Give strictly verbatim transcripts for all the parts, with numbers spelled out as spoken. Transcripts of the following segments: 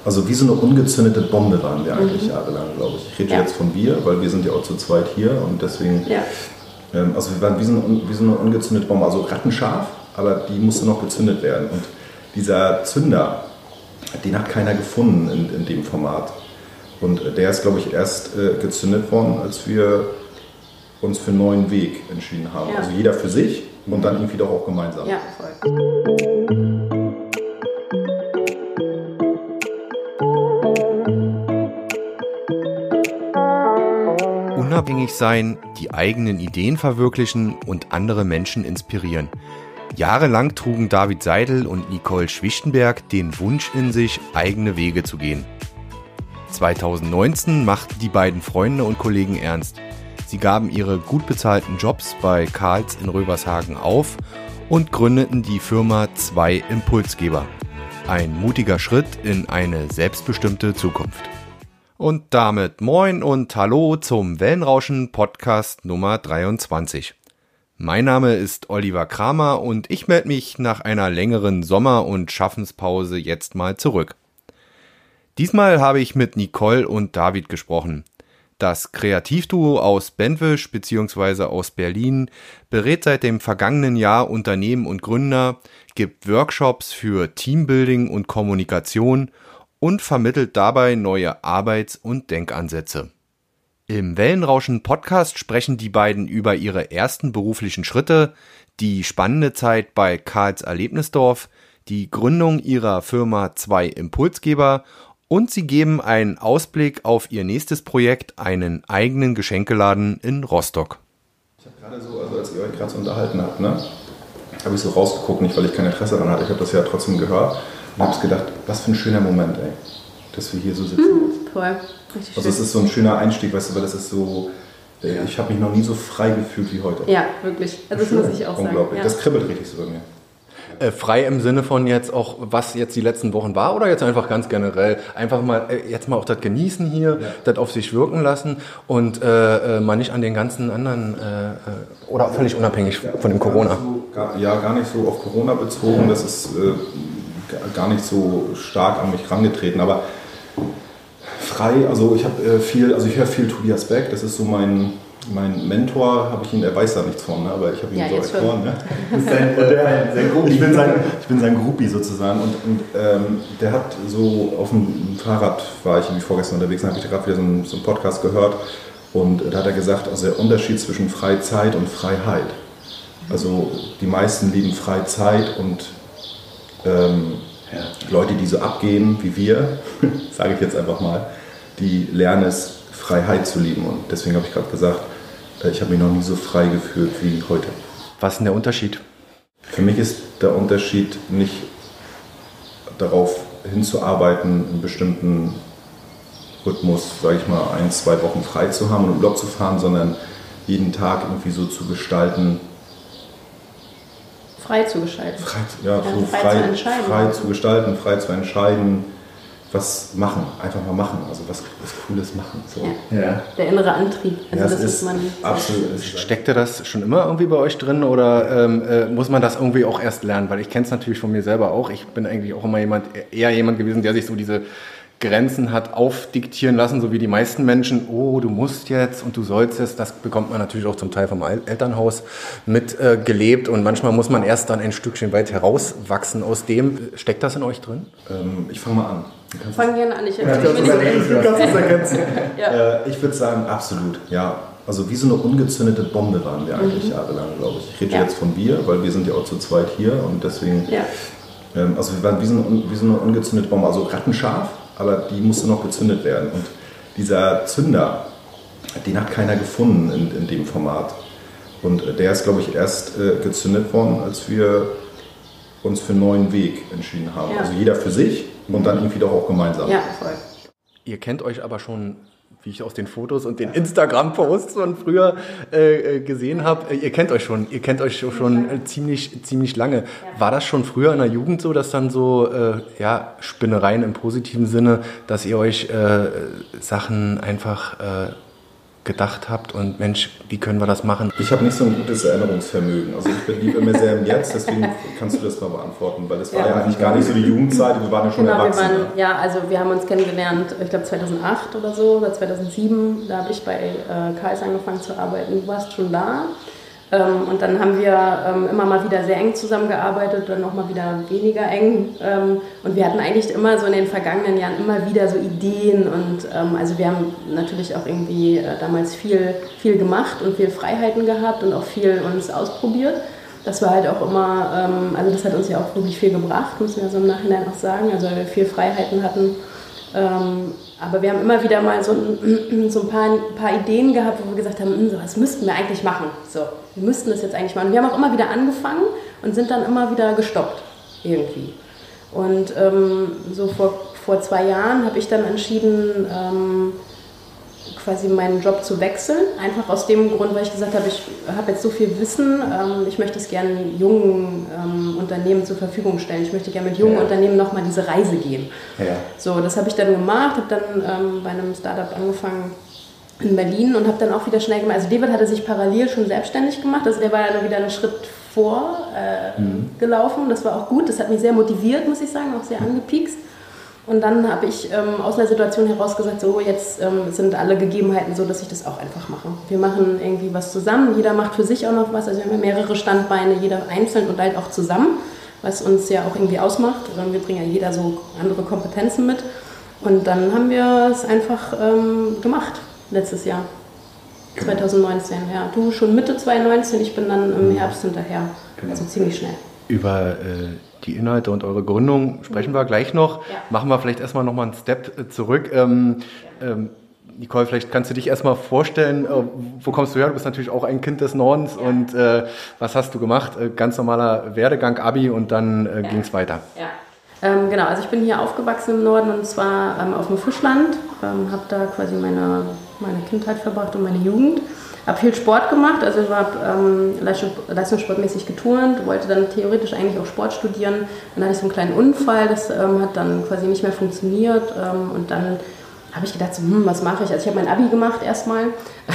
Also wie so eine ungezündete Bombe waren wir eigentlich mhm. jahrelang, glaube ich. Ich rede ja. jetzt von wir, weil wir sind ja auch zu zweit hier und deswegen, ja. ähm, also wir waren wie so, eine, wie so eine ungezündete Bombe, also rattenscharf, aber die musste noch gezündet werden. Und dieser Zünder, den hat keiner gefunden in, in dem Format. Und der ist, glaube ich, erst äh, gezündet worden, als wir uns für einen neuen Weg entschieden haben. Ja. Also jeder für sich und dann irgendwie doch auch gemeinsam. Ja, voll. Unabhängig sein, die eigenen Ideen verwirklichen und andere Menschen inspirieren. Jahrelang trugen David Seidel und Nicole Schwichtenberg den Wunsch in sich, eigene Wege zu gehen. zwanzig neunzehn machten die beiden Freunde und Kollegen ernst. Sie gaben ihre gut bezahlten Jobs bei Karls in Röbershagen auf und gründeten die Firma zwei Impulsgeber. Ein mutiger Schritt in eine selbstbestimmte Zukunft. Und damit moin und hallo zum Wellenrauschen-Podcast Nummer dreiundzwanzig. Mein Name ist Oliver Kramer und ich melde mich nach einer längeren Sommer- und Schaffenspause jetzt mal zurück. Diesmal habe ich mit Nicole und David gesprochen. Das Kreativduo aus Bentwisch bzw. aus Berlin berät seit dem vergangenen Jahr Unternehmen und Gründer, gibt Workshops für Teambuilding und Kommunikation und vermittelt dabei neue Arbeits- und Denkansätze. Im Wellenrauschen-Podcast sprechen die beiden über ihre ersten beruflichen Schritte, die spannende Zeit bei Karls Erlebnisdorf, die Gründung ihrer Firma zwei Impulsgeber und sie geben einen Ausblick auf ihr nächstes Projekt, einen eigenen Geschenkeladen in Rostock. Ich habe gerade so, also als ihr euch gerade so unterhalten habt, ne, habe ich so rausgeguckt, nicht weil ich kein Interesse daran hatte, ich habe das ja trotzdem gehört und habe gedacht, was für ein schöner Moment, ey, dass wir hier so sitzen. Hm, toll. Richtig also es ist so ein schöner Einstieg, weißt du, weil das ist so, äh, ich habe mich noch nie so frei gefühlt wie heute. Ja, wirklich. Also das schön, muss ich auch sagen. Unglaublich, Ja. das kribbelt richtig so bei mir. Äh, frei im Sinne von jetzt auch, was jetzt die letzten Wochen war oder jetzt einfach ganz generell? Einfach mal, äh, jetzt mal auch das genießen hier, ja. das auf sich wirken lassen und äh, äh, mal nicht an den ganzen anderen, äh, oder völlig unabhängig ja, von dem Corona. So, gar, ja, gar nicht so auf Corona bezogen, das ist äh, gar nicht so stark an mich rangetreten, aber frei, also ich habe äh, viel, also ich höre viel Tobias Beck, das ist so mein, mein Mentor, habe ich ihn, er weiß da nichts von, ne? Aber ich habe ihn ja, so erkoren. Ne? Sein, äh, sein ich, bin sein, ich bin sein Groupie sozusagen und, und ähm, der hat so auf dem Fahrrad, war ich irgendwie vorgestern unterwegs, dann habe ich gerade wieder so einen, so einen Podcast gehört und da hat er gesagt, also der Unterschied zwischen Freizeit und Freiheit. Also die meisten lieben Freizeit und ähm, ja. Leute, die so abgehen wie wir, sage ich jetzt einfach mal, die lernen es, Freiheit zu lieben. Und deswegen habe ich gerade gesagt, ich habe mich noch nie so frei gefühlt wie heute. Was ist denn der Unterschied? Für mich ist der Unterschied nicht darauf hinzuarbeiten, einen bestimmten Rhythmus, sage ich mal, ein, zwei Wochen frei zu haben und im Block zu fahren, sondern jeden Tag irgendwie so zu gestalten. Frei zu gestalten. Frei, ja, ja, so frei, frei, zu entscheiden. frei zu gestalten, frei zu entscheiden, was machen, einfach mal machen, also was, was Cooles machen. So. Ja. Ja. Der innere Antrieb, also ja, das ist ist man. Absolut. Steckte das schon immer irgendwie bei euch drin oder ähm, äh, muss man das irgendwie auch erst lernen? Weil ich kenne es natürlich von mir selber auch. Ich bin eigentlich auch immer jemand, eher jemand gewesen, der sich so diese Grenzen hat aufdiktieren lassen, so wie die meisten Menschen, oh, du musst jetzt und du sollst jetzt, das bekommt man natürlich auch zum Teil vom Elternhaus mit äh, gelebt und manchmal muss man erst dann ein Stückchen weit herauswachsen aus dem. Steckt das in euch drin? Ähm, ich fange mal an. Fang gerne an, ich ja, ja. Ich würde sagen, absolut, ja. Also wie so eine ungezündete Bombe waren wir eigentlich mhm. jahrelang, glaube ich. Ich rede ja. jetzt von wir, weil wir sind ja auch zu zweit hier und deswegen, ja. ähm, also wir waren wie so, eine, wie so eine ungezündete Bombe, also rattenscharf, aber die musste noch gezündet werden. Und dieser Zünder, den hat keiner gefunden in, in dem Format. Und der ist, glaube ich, erst äh, gezündet worden, als wir uns für einen neuen Weg entschieden haben. Ja. Also jeder für sich und dann irgendwie doch auch gemeinsam. Ja, voll. Ihr kennt euch aber schon, wie ich aus den Fotos und den Instagram-Posts von früher äh, gesehen habe, ihr kennt euch schon, ihr kennt euch schon äh, ziemlich, ziemlich lange. War das schon früher in der Jugend so, dass dann so, äh, ja, Spinnereien im positiven Sinne, dass ihr euch äh, Sachen einfach äh, gedacht habt und Mensch, wie können wir das machen? Ich habe nicht so ein gutes Erinnerungsvermögen. Also ich bin immer sehr im Jetzt, deswegen kannst du das mal beantworten, weil das war ja, ja eigentlich gar nicht so die Jugendzeit, wir waren ja schon genau, erwachsen. Wir waren, ja, also wir haben uns kennengelernt, ich glaube zweitausendacht oder so, oder zweitausendsieben, da habe ich bei äh, Karls angefangen zu arbeiten, du warst schon da. Ähm, und dann haben wir ähm, immer mal wieder sehr eng zusammengearbeitet, dann nochmal wieder weniger eng. Ähm, und wir hatten eigentlich immer so in den vergangenen Jahren immer wieder so Ideen. Und ähm, also wir haben natürlich auch irgendwie äh, damals viel, viel gemacht und viel Freiheiten gehabt und auch viel uns ausprobiert. Das war halt auch immer, ähm, also das hat uns ja auch wirklich viel gebracht, muss man ja so im Nachhinein auch sagen. Also weil wir viel Freiheiten hatten. Ähm, aber wir haben immer wieder mal so ein, so ein paar, ein paar Ideen gehabt, wo wir gesagt haben, so was müssten wir eigentlich machen. So, wir müssten das jetzt eigentlich machen. Und wir haben auch immer wieder angefangen und sind dann immer wieder gestoppt irgendwie. Und ähm, so vor, vor zwei Jahren habe ich dann entschieden, ähm, quasi meinen Job zu wechseln. Einfach aus dem Grund, weil ich gesagt habe, ich habe jetzt so viel Wissen, ähm, ich möchte es gerne jungen ähm, Unternehmen zur Verfügung stellen. Ich möchte gerne mit jungen ja. Unternehmen nochmal diese Reise gehen. Ja. So, das habe ich dann gemacht, habe dann ähm, bei einem Startup angefangen in Berlin und habe dann auch wieder schnell gemacht. Also David hatte sich parallel schon selbstständig gemacht, also der war ja nur wieder einen Schritt vor äh, mhm. gelaufen. Das war auch gut, das hat mich sehr motiviert, muss ich sagen, auch sehr angepiekst. Und dann habe ich ähm, aus einer Situation heraus gesagt, so jetzt ähm, sind alle Gegebenheiten so, dass ich das auch einfach mache. Wir machen irgendwie was zusammen, jeder macht für sich auch noch was, also wir haben mehrere Standbeine, jeder einzeln und halt auch zusammen, was uns ja auch irgendwie ausmacht. Wir bringen ja jeder so andere Kompetenzen mit. Und dann haben wir es einfach ähm, gemacht, letztes Jahr, zwanzig neunzehn. Ja. Du schon Mitte zwanzig neunzehn, ich bin dann im Herbst hinterher, also ziemlich schnell. Über äh die Inhalte und eure Gründung sprechen wir gleich noch. Ja. Machen wir vielleicht erstmal noch mal einen Step zurück. Ähm, ähm, Nicole, vielleicht kannst du dich erstmal vorstellen, äh, wo kommst du her? Du bist natürlich auch ein Kind des Nordens ja. und äh, was hast du gemacht? Äh, ganz normaler Werdegang, Abi und dann äh, ja. ging es weiter. Ja. Ähm, genau, also ich bin hier aufgewachsen im Norden und zwar ähm, auf dem Fischland, ähm, habe da quasi meine, meine Kindheit verbracht und meine Jugend. Habe viel Sport gemacht, also ich habe ähm, leistungssportmäßig geturnt, wollte dann theoretisch eigentlich auch Sport studieren. Dann hatte ich so einen kleinen Unfall, das ähm, hat dann quasi nicht mehr funktioniert ähm, und dann habe ich gedacht, so, hm, was mache ich? Also ich habe mein Abi gemacht erstmal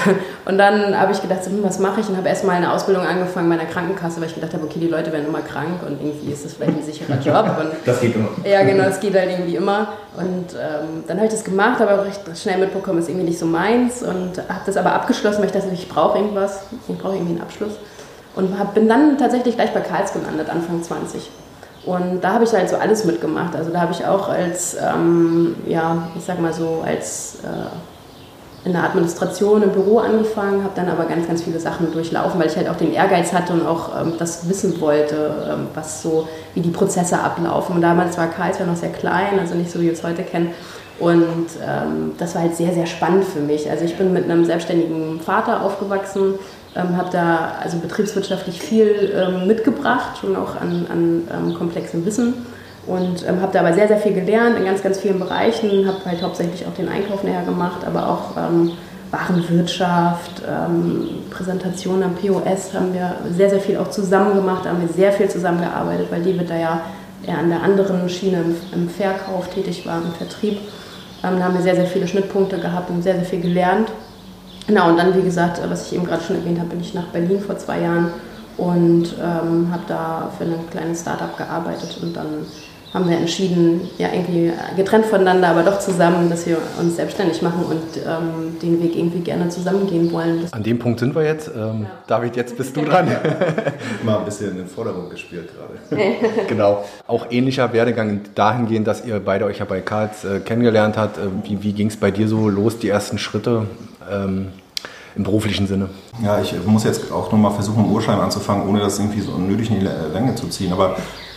und dann habe ich gedacht, so, hm, was mache ich? Und habe erstmal eine Ausbildung angefangen bei einer Krankenkasse, weil ich gedacht habe, okay, die Leute werden immer krank und irgendwie ist das vielleicht ein sicherer Job. Und das geht immer. Ja, genau, das geht halt irgendwie immer. Und ähm, dann habe ich das gemacht, aber auch recht schnell mitbekommen, ist irgendwie nicht so meins und habe das aber abgeschlossen, weil ich dachte, ich brauche irgendwas, ich brauche irgendwie einen Abschluss. Und hab, bin dann tatsächlich gleich bei Karls gelandet, Anfang zwanzig. Und da habe ich halt so alles mitgemacht. Also da habe ich auch als, ähm, ja, ich sag mal so, als äh, in der Administration im Büro angefangen, habe dann aber ganz, ganz viele Sachen durchlaufen, weil ich halt auch den Ehrgeiz hatte und auch ähm, das wissen wollte, ähm, was so, wie die Prozesse ablaufen. Und damals war Karls ja noch sehr klein, also nicht so, wie wir es heute kennen. Und ähm, das war halt sehr, sehr spannend für mich. Also ich bin mit einem selbstständigen Vater aufgewachsen, ähm, habe da also betriebswirtschaftlich viel ähm, mitgebracht, schon auch an, an ähm, komplexem Wissen. Und ähm, habe da aber sehr, sehr viel gelernt in ganz, ganz vielen Bereichen. Habe halt hauptsächlich auch den Einkauf näher gemacht, aber auch ähm, Warenwirtschaft, ähm, Präsentationen am P O S haben wir sehr, sehr viel auch zusammen gemacht. Da haben wir sehr viel zusammengearbeitet, weil die wird da ja eher an der anderen Schiene im, im Verkauf tätig war, im Vertrieb. Ähm, da haben wir sehr, sehr viele Schnittpunkte gehabt und sehr, sehr viel gelernt. Genau, und dann, wie gesagt, was ich eben gerade schon erwähnt habe, bin ich nach Berlin vor zwei Jahren und ähm, habe da für ein kleines Startup gearbeitet und dann haben wir entschieden, ja irgendwie getrennt voneinander, aber doch zusammen, dass wir uns selbstständig machen und ähm, den Weg irgendwie gerne zusammengehen wollen. An dem Punkt sind wir jetzt. Ähm, ja. David, jetzt bist du dran. Mal ein bisschen in den Vordergrund gespielt gerade. Genau. Auch ähnlicher Werdegang dahingehend, dass ihr beide euch ja bei Karls äh, kennengelernt habt. Äh, wie wie ging es bei dir so los, die ersten Schritte ähm, im beruflichen Sinne? Ja, ich muss jetzt auch nochmal versuchen, im Urschleim anzufangen, ohne das irgendwie so unnötig in die Länge zu ziehen. Aber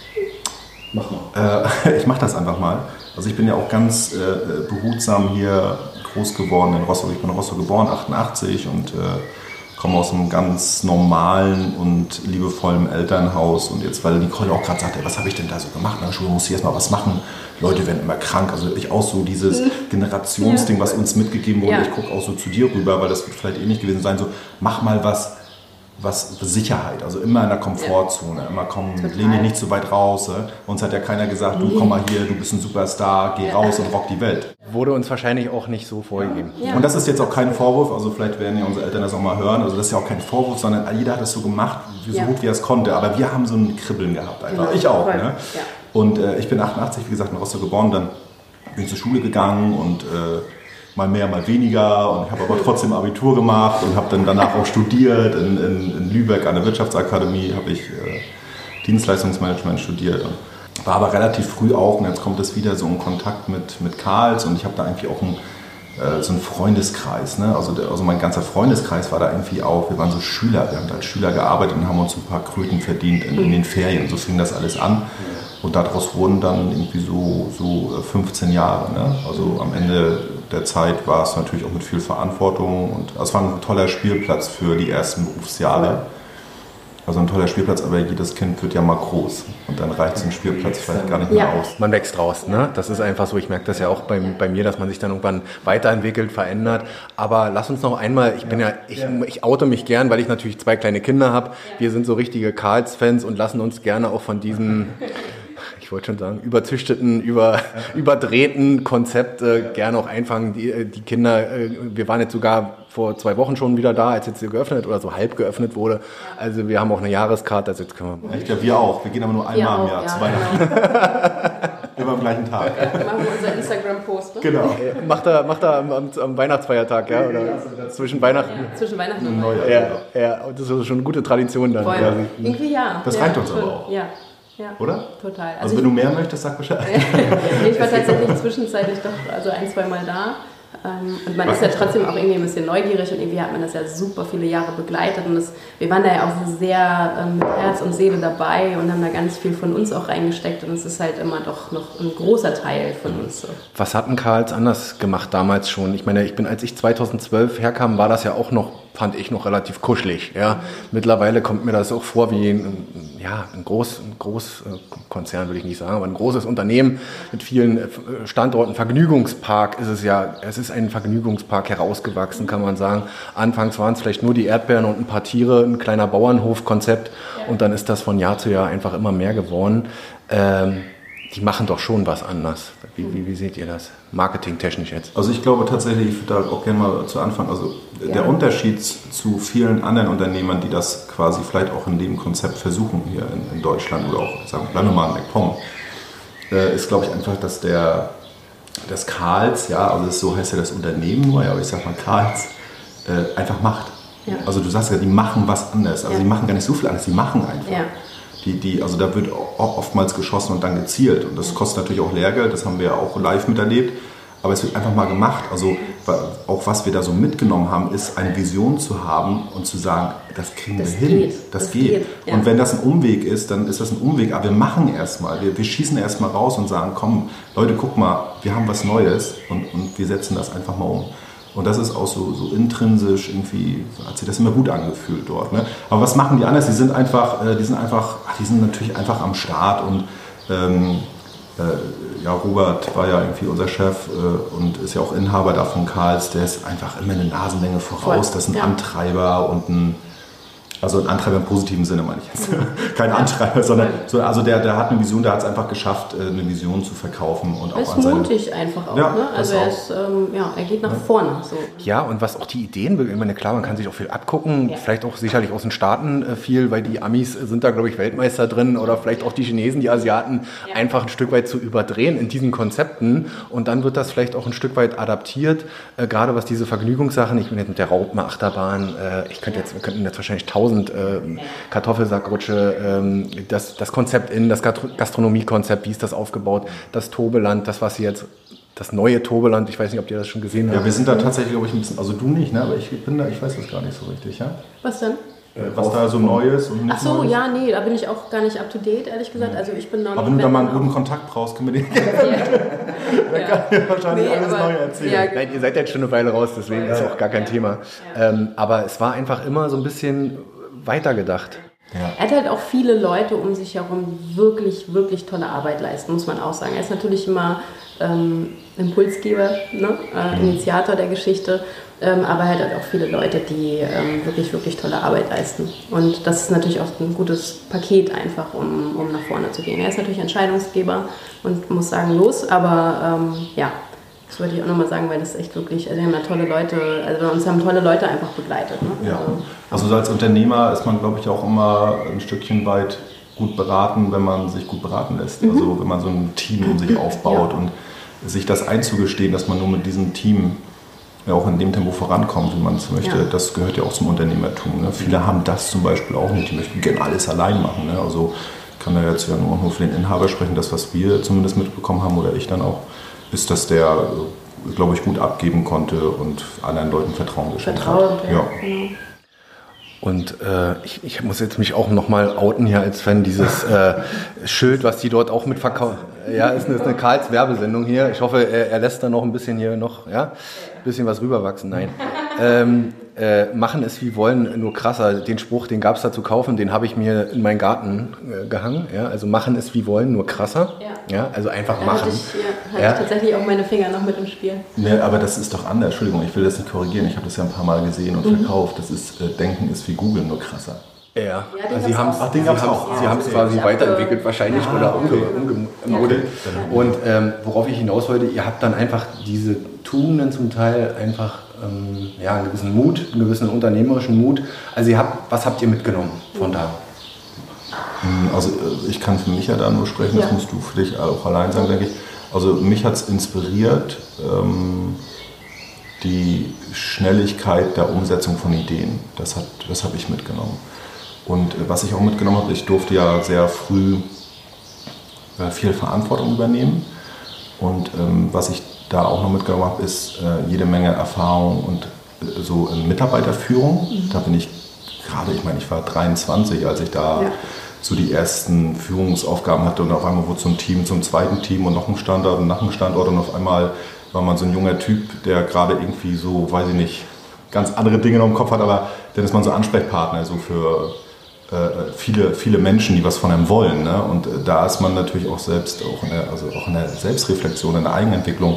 Mach mal. Äh, ich mache das einfach mal. Also ich bin ja auch ganz äh, behutsam hier groß geworden in Rostock. Ich bin in Rostock geboren, achtundachtzig und äh, komme aus einem ganz normalen und liebevollen Elternhaus. Und jetzt, weil Nicole auch gerade sagte, was habe ich denn da so gemacht? In der Schule muss ich erst mal was machen. Leute werden immer krank. Also wirklich auch so dieses Generationsding, was uns mitgegeben wurde. Ja. Ich gucke auch so zu dir rüber, weil das wird vielleicht ähnlich gewesen sein. So, mach mal was, was Sicherheit, also immer in der Komfortzone, immer komm, lehn dich nicht zu weit raus. Ne? Uns hat ja keiner gesagt, du komm mal hier, du bist ein Superstar, geh raus und rock die Welt. Wurde uns wahrscheinlich auch nicht so vorgegeben. Ja. Und das ist jetzt auch kein Vorwurf, also vielleicht werden ja unsere Eltern das auch mal hören, also das ist ja auch kein Vorwurf, sondern jeder hat das so gemacht, so ja. gut wie er es konnte, aber wir haben so ein Kribbeln gehabt einfach, genau. ich auch. Ne? Ja. Und äh, ich bin achtundachtzig, wie gesagt, in Rostock geboren, dann bin ich zur Schule gegangen und äh, mal mehr, mal weniger und habe aber trotzdem Abitur gemacht und habe dann danach auch studiert. In, in, in Lübeck an der Wirtschaftsakademie habe ich äh, Dienstleistungsmanagement studiert. Und war aber relativ früh auch, und jetzt kommt es wieder so in Kontakt mit, mit Karls und ich habe da irgendwie auch einen, äh, so einen Freundeskreis. Ne? Also, der, also mein ganzer Freundeskreis war da irgendwie auch, wir waren so Schüler, wir haben da als Schüler gearbeitet und haben uns ein paar Kröten verdient in, in den Ferien. So fing das alles an. Und daraus wurden dann irgendwie so, so fünfzehn Jahre. Ne? Also am Ende der Zeit war es natürlich auch mit viel Verantwortung. Und es war ein toller Spielplatz für die ersten Berufsjahre. Also ein toller Spielplatz, aber jedes Kind wird ja mal groß. Und dann reicht so ein Spielplatz vielleicht gar nicht mehr ja. aus. Man wächst raus, ne? Das ist einfach so. Ich merke das ja auch bei, bei mir, dass man sich dann irgendwann weiterentwickelt, verändert. Aber lass uns noch einmal, ich bin ja, ich, ich oute mich gern, weil ich natürlich zwei kleine Kinder habe. Wir sind so richtige Karls-Fans und lassen uns gerne auch von diesem... ich wollte schon sagen, überzüchteten, über, überdrehten Konzept äh, gerne auch einfangen. Die, die Kinder, äh, wir waren jetzt sogar vor zwei Wochen schon wieder da, als jetzt hier geöffnet oder so halb geöffnet wurde. Also wir haben auch eine Jahreskarte. Also jetzt können wir ich glaube, wir auch. Wir gehen aber nur einmal im Jahr, ja, zu Weihnachten. Genau. Immer am gleichen Tag. Ja, machen wir unser Instagram-Post. Ne? Genau. Äh, macht er, macht er am, am, am Weihnachtsfeiertag, ja? Oder ja. zwischen Weihnachten? Ja, zwischen Weihnachten und Neujahr. Ja, ja, das ist schon eine gute Tradition dann. Voll. Irgendwie ja. Das ja, reicht uns schon. aber auch. Ja. Ja, oder? Total. Also, also wenn du mehr möchtest, sag Bescheid. Ich war tatsächlich zwischenzeitlich doch also ein, zwei Mal da. Und man ist ja trotzdem auch irgendwie ein bisschen neugierig und irgendwie hat man das ja super viele Jahre begleitet. Und das, wir waren da ja auch sehr mit Herz und Seele dabei und haben da ganz viel von uns auch reingesteckt. Und es ist halt immer doch noch ein großer Teil von uns. So. Was hat denn Karls anders gemacht damals schon? Ich meine, ich bin, als ich zweitausendzwölf herkam, war das ja auch noch, fand ich, noch relativ kuschelig. Ja? Mhm. Mittlerweile kommt mir das auch vor wie ein, ja, ein groß, ein Großkonzern, würde ich nicht sagen, aber ein großes Unternehmen mit vielen Standorten. Vergnügungspark ist es ja, es ist ein Vergnügungspark herausgewachsen, kann man sagen. Anfangs waren es vielleicht nur die Erdbeeren und ein paar Tiere, ein kleiner Bauernhofkonzept ja. und dann ist das von Jahr zu Jahr einfach immer mehr geworden. Ähm, die machen doch schon was anders. Wie, wie, wie seht ihr das? Marketingtechnisch jetzt? Also ich glaube tatsächlich, ich würde da auch gerne mal zu Anfang, also ja. der Unterschied zu vielen anderen Unternehmern, die das quasi vielleicht auch in dem Konzept versuchen hier in, in Deutschland oder auch, sagen wir mal in MacPom, äh, ist glaube ich einfach, dass der das Karls, ja, also das, so heißt ja das Unternehmen nur, ja, aber ich sag mal Karls, äh, einfach macht. Ja. Also du sagst ja, die machen was anders, also ja. die machen gar nicht so viel anders, die machen einfach. Ja. Die, die, also da wird oftmals geschossen und dann gezielt und das kostet natürlich auch Lehrgeld, das haben wir ja auch live miterlebt, aber es wird einfach mal gemacht. Also auch was wir da so mitgenommen haben, ist eine Vision zu haben und zu sagen, das kriegen das wir geht. hin, das, das geht. geht. Ja. Und wenn das ein Umweg ist, dann ist das ein Umweg, aber wir machen erstmal, wir, wir schießen erstmal raus und sagen, komm Leute, guck mal, wir haben was Neues und, und wir setzen das einfach mal um. Und das ist auch so, so intrinsisch, irgendwie hat sich das immer gut angefühlt dort. Ne? Aber was machen die anders? Die sind einfach, die sind einfach, die sind natürlich einfach am Start und ähm, äh, ja, Robert war ja irgendwie unser Chef äh, und ist ja auch Inhaber da von Karls, der ist einfach immer eine Nasenlänge voraus, das ist ein ja. Antreiber und ein Also ein Antreiber im positiven Sinne meine ich jetzt. Kein Antreiber, sondern so, also der, der hat eine Vision, der hat es einfach geschafft, eine Vision zu verkaufen. Und auch er ist an seine, mutig einfach auch. Ja, ne? Also er, ist, ähm, ja, er geht nach ja. vorne. So. Ja, und was auch die Ideen, ich meine, klar, man kann sich auch viel abgucken, ja. vielleicht auch sicherlich aus den Staaten äh, viel, weil die Amis sind da, glaube ich, Weltmeister drin oder vielleicht auch die Chinesen, die Asiaten, ja. einfach ein Stück weit zu überdrehen in diesen Konzepten und dann wird das vielleicht auch ein Stück weit adaptiert, äh, gerade was diese Vergnügungssachen, ich bin jetzt mit der Raupenachterbahn, äh, ich könnte jetzt, wir könnten jetzt wahrscheinlich tausend Äh, Kartoffelsackrutsche, ähm, das, das Konzept in, das Gastronomiekonzept, wie ist das aufgebaut, das Tobeland, das was sie jetzt, das neue Tobeland, ich weiß nicht, ob ihr das schon gesehen habt. Ja, wir sind da tatsächlich, glaube ich, ein bisschen, also du nicht, ne? Aber ich bin da, ich weiß das gar nicht so richtig, ja? Was denn? Äh, was da so neu ist und nicht Ach so, Neues. Ja, nee, da bin ich auch gar nicht up to date, ehrlich gesagt. Also ich bin noch aber wenn du da mal einen guten Kontakt brauchst, können wir den ja. Da kann ich wahrscheinlich nee, alles neu erzählen. Ja, Nein, ihr seid jetzt schon eine Weile raus, deswegen ja. ist auch gar kein ja. Thema. Ja. Ähm, aber es war einfach immer so ein bisschen weitergedacht. Ja. Er hat halt auch viele Leute um sich herum, die wirklich, wirklich tolle Arbeit leisten, muss man auch sagen. Er ist natürlich immer ähm, Impulsgeber, ne? äh, Initiator der Geschichte, ähm, aber halt auch viele Leute, die ähm, wirklich, wirklich tolle Arbeit leisten. Und das ist natürlich auch ein gutes Paket einfach, um, um nach vorne zu gehen. Er ist natürlich Entscheidungsgeber und muss sagen, los, aber ähm, ja, das wollte ich auch nochmal sagen, weil das echt wirklich, also wir haben ja tolle Leute, also uns haben tolle Leute einfach begleitet. Ne? Ja. Also als Unternehmer ist man, glaube ich, auch immer ein Stückchen weit gut beraten, wenn man sich gut beraten lässt. Mhm. Also wenn man so ein Team um sich aufbaut ja. und sich das einzugestehen, dass man nur mit diesem Team ja auch in dem Tempo vorankommt, wie man es möchte, ja. das gehört ja auch zum Unternehmertum. Ne? Viele haben das zum Beispiel auch nicht, die möchten gerne alles allein machen. Ne? Also ich kann da jetzt ja nur, nur für den Inhaber sprechen, das, was wir zumindest mitbekommen haben oder ich dann auch, ist, dass der, glaube ich, gut abgeben konnte und anderen Leuten Vertrauen geschenkt hat. Vertrauen, ja. ja. Und äh, ich, ich muss jetzt mich auch nochmal outen hier als Fan, dieses äh, Schild, was die dort auch mit verkaufen. Ja, ist eine, ist eine Karls Werbesendung hier. Ich hoffe, er, er lässt da noch ein bisschen hier noch, ja, ein bisschen was rüberwachsen. Nein. Ähm, äh, machen es wie wollen, nur krasser. Den Spruch, den gab es da zu kaufen, den habe ich mir in meinen Garten äh, gehangen. Ja? Also machen es wie wollen, nur krasser. Ja. Ja? Also einfach da machen. Hatte ich, ja, hatte ja. ich tatsächlich auch meine Finger noch mit im Spiel. Nee, aber das ist doch anders. Entschuldigung, ich will das nicht korrigieren. Ich habe das ja ein paar Mal gesehen und mhm. verkauft. Das ist, äh, Denken ist wie Google, nur krasser. Ja, ja also sie haben es ja, quasi ja. weiterentwickelt wahrscheinlich ja, oder okay. umgemodelt. Okay. Und ähm, worauf ich hinaus wollte, ihr habt dann einfach diese Tugenden zum Teil einfach ähm, ja, einen gewissen Mut, einen gewissen unternehmerischen Mut. Also ihr habt, was habt ihr mitgenommen von da? Also ich kann für mich ja da nur sprechen, das ja. musst du für dich auch allein sagen, denke ich. Also mich hat es inspiriert, ähm, die Schnelligkeit der Umsetzung von Ideen. Das, hat, das habe ich mitgenommen. Und was ich auch mitgenommen habe, ich durfte ja sehr früh äh, viel Verantwortung übernehmen. Und ähm, was ich da auch noch mitgenommen habe, ist äh, jede Menge Erfahrung und äh, so in Mitarbeiterführung. Mhm. Da bin ich gerade, ich meine, ich war dreiundzwanzig, als ich da ja. so die ersten Führungsaufgaben hatte. Und auf einmal wurde zum Team, zum zweiten Team und noch ein Standort und noch ein Standort. Und auf einmal war man so ein junger Typ, der gerade irgendwie so, weiß ich nicht, ganz andere Dinge noch im Kopf hat. Aber dann ist man so Ansprechpartner so für äh, viele, viele Menschen, die was von einem wollen. Ne? Und äh, da ist man natürlich auch selbst, auch in der, also auch in der Selbstreflexion, in der Eigenentwicklung,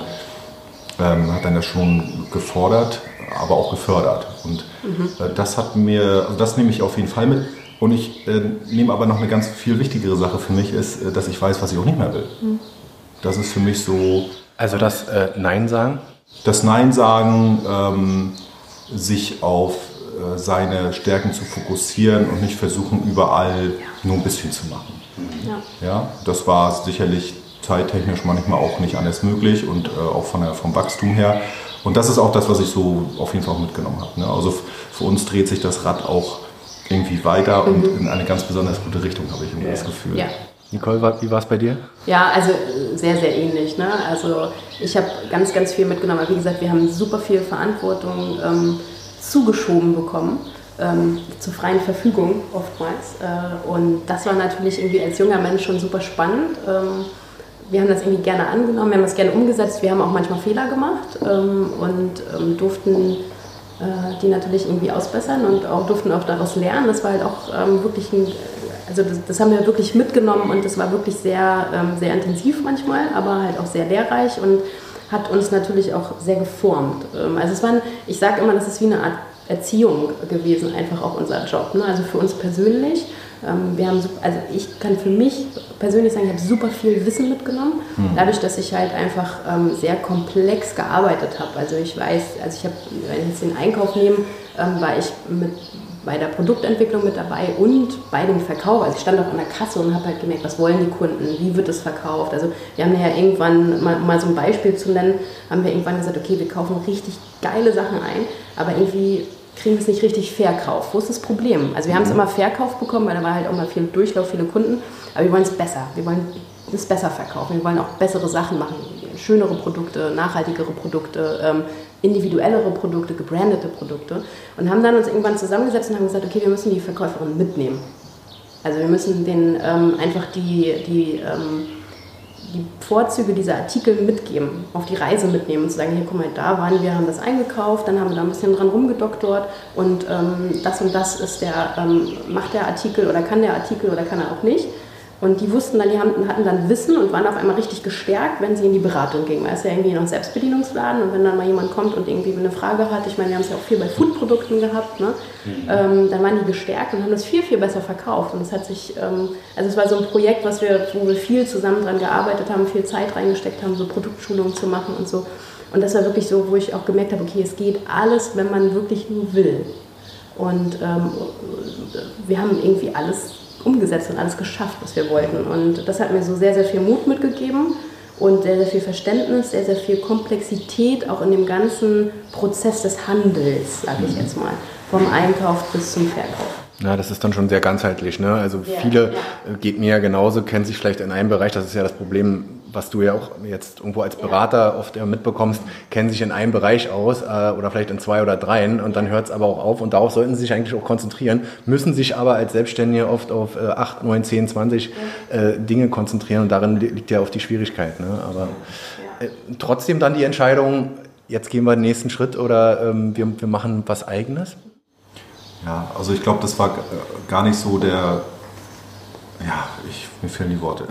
ähm, hat dann das schon gefordert, aber auch gefördert. Und mhm. äh, das hat mir, also das nehme ich auf jeden Fall mit. Und ich äh, nehme aber noch eine ganz viel wichtigere Sache für mich, ist, äh, dass ich weiß, was ich auch nicht mehr will. Mhm. Das ist für mich so... Also das äh, Nein sagen? Das Nein sagen, ähm, sich auf äh, seine Stärken zu fokussieren und nicht versuchen, überall nur ein bisschen zu machen. Ja. Ja, das war sicherlich zeittechnisch manchmal auch nicht anders möglich und äh, auch von der, vom Wachstum her. Und das ist auch das, was ich so auf jeden Fall auch mitgenommen habe. Ne? Also f- für uns dreht sich das Rad auch irgendwie weiter mhm. und in eine ganz besonders gute Richtung, habe ich immer ja. das Gefühl. Ja. Nicole, wie war es bei dir? Ja, also sehr, sehr ähnlich. Ne? Also ich habe ganz, ganz viel mitgenommen. Aber wie gesagt, wir haben super viel Verantwortung ähm, zugeschoben bekommen, ähm, zur freien Verfügung oftmals. Äh, und das war natürlich irgendwie als junger Mensch schon super spannend. Ähm, wir haben das irgendwie gerne angenommen, wir haben das gerne umgesetzt. Wir haben auch manchmal Fehler gemacht ähm, und ähm, durften äh, die natürlich irgendwie ausbessern und auch durften auch daraus lernen. Das war halt auch ähm, wirklich ein... Also das, das haben wir wirklich mitgenommen und das war wirklich sehr, ähm, sehr intensiv manchmal, aber halt auch sehr lehrreich und hat uns natürlich auch sehr geformt. Ähm, also es war, ein, ich sage immer, das ist wie eine Art Erziehung gewesen, einfach auch unser Job. Ne? Also für uns persönlich. Ähm, wir haben, also ich kann für mich persönlich sagen, ich habe super viel Wissen mitgenommen, mhm. dadurch, dass ich halt einfach ähm, sehr komplex gearbeitet habe. Also ich weiß, also ich habe, wenn ich jetzt den Einkauf nehme, ähm, war ich mit bei der Produktentwicklung mit dabei und bei dem Verkauf. Also ich stand auch an der Kasse und habe halt gemerkt, was wollen die Kunden, wie wird es verkauft. Also wir haben ja irgendwann, mal, mal so ein Beispiel zu nennen, haben wir irgendwann gesagt, okay, wir kaufen richtig geile Sachen ein, aber irgendwie kriegen wir es nicht richtig verkauft. Wo ist das Problem? Also wir haben es immer verkauft bekommen, weil da war halt auch mal viel Durchlauf, viele Kunden, aber wir wollen es besser. Wir wollen es besser verkaufen. Wir wollen auch bessere Sachen machen, schönere Produkte, nachhaltigere Produkte, ähm, individuellere Produkte, gebrandete Produkte und haben dann uns irgendwann zusammengesetzt und haben gesagt, okay, wir müssen die Verkäuferin mitnehmen. Also wir müssen denen ähm, einfach die, die, ähm, die Vorzüge dieser Artikel mitgeben, auf die Reise mitnehmen und zu sagen, hier, guck mal, da waren wir, haben das eingekauft, dann haben wir da ein bisschen dran rumgedoktort und ähm, das und das ist der, ähm, macht der Artikel oder kann der Artikel oder kann er auch nicht. Und die wussten dann, die haben, hatten dann Wissen und waren auf einmal richtig gestärkt, wenn sie in die Beratung gingen. Weil es ja irgendwie noch ein Selbstbedienungsladen und wenn dann mal jemand kommt und irgendwie eine Frage hat, ich meine, wir haben es ja auch viel bei Foodprodukten gehabt, ne? Mhm. Ähm, dann waren die gestärkt und haben das viel, viel besser verkauft. Und es hat sich, ähm, also es war so ein Projekt, was wir, wo wir viel zusammen dran gearbeitet haben, viel Zeit reingesteckt haben, so Produktschulungen zu machen und so. Und das war wirklich so, wo ich auch gemerkt habe, okay, es geht alles, wenn man wirklich nur will. Und ähm, wir haben irgendwie alles umgesetzt und alles geschafft, was wir wollten. Und das hat mir so sehr, sehr viel Mut mitgegeben und sehr, sehr viel Verständnis, sehr, sehr viel Komplexität auch in dem ganzen Prozess des Handels, sage ich jetzt mal, vom Einkauf bis zum Verkauf. Ja, das ist dann schon sehr ganzheitlich, ne? Also ja, viele, ja. geht mir ja genauso, kennen sich vielleicht in einem Bereich, das ist ja das Problem, was du ja auch jetzt irgendwo als Berater ja. oft mitbekommst, kennen sich in einem Bereich aus äh, oder vielleicht in zwei oder dreien und dann hört es aber auch auf und darauf sollten sie sich eigentlich auch konzentrieren, müssen sich aber als Selbstständige oft auf äh, acht, neun, zehn, zwanzig ja. äh, Dinge konzentrieren und darin liegt ja auch die Schwierigkeit, ne? Aber äh, trotzdem dann die Entscheidung, jetzt gehen wir den nächsten Schritt oder ähm, wir, wir machen was Eigenes? Ja, also ich glaube, das war gar nicht so der, ja, ich, mir fehlen die Worte.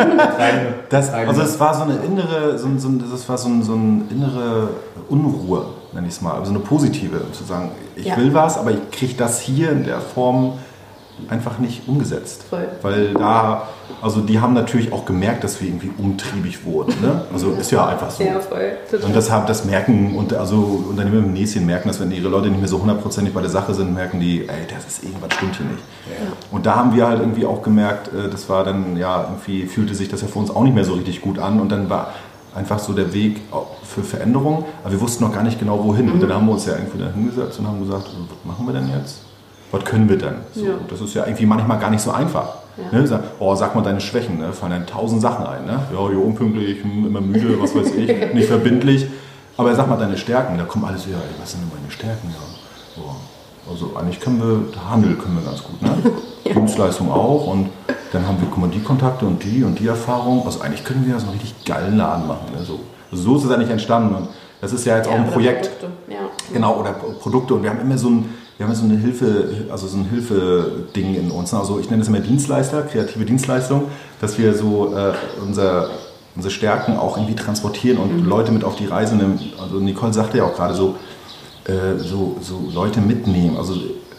Das, also es war so eine innere, so, so, das war so, ein, so eine innere Unruhe, nenne ich es mal, also eine positive, zu sagen, ich ja. will was, aber ich kriege das hier in der Form einfach nicht umgesetzt. Voll. Weil da, also die haben natürlich auch gemerkt, dass wir irgendwie umtriebig wurden. Ne? Also ist ja einfach so. Ja, voll. Total. Und deshalb das merken, und also Unternehmer im Näschen merken, dass wenn ihre Leute nicht mehr so hundertprozentig bei der Sache sind, merken die, ey, das ist irgendwas stimmt hier nicht. Ja. Und da haben wir halt irgendwie auch gemerkt, das war dann, ja, irgendwie fühlte sich das ja für uns auch nicht mehr so richtig gut an und dann war einfach so der Weg für Veränderung, aber wir wussten noch gar nicht genau wohin. Mhm. Und dann haben wir uns ja irgendwie da hingesetzt und haben gesagt, was machen wir denn jetzt? Was können wir denn? So, ja. Das ist ja irgendwie manchmal gar nicht so einfach. Ja. Ne? Oh, sag mal deine Schwächen, ne? Fallen dann tausend Sachen ein. Ne? Ja, hier unpünktlich, immer müde, was weiß ich, nicht verbindlich. Aber sag mal deine Stärken, da kommen alle so, ja, was sind denn meine Stärken? Ja. So. Also eigentlich können wir, Handel können wir ganz gut, ne? Ja. Dienstleistung auch und dann haben wir, guck mal, die Kontakte und die und die Erfahrung. Also eigentlich können wir ja so einen richtig geilen Laden machen. Ne? So, also so ist es eigentlich entstanden und das ist ja jetzt ja, auch ein Projekt. Produkte. Ja. Genau, oder Produkte und wir haben immer so ein Wir haben so eine Hilfe, also so ein Hilfe-Ding in uns. Also ich nenne das immer Dienstleister, kreative Dienstleistung, dass wir so äh, unser, unsere Stärken auch irgendwie transportieren und mhm. Leute mit auf die Reise nehmen. Also Nicole sagte ja auch gerade so, äh, so, so Leute mitnehmen. Also,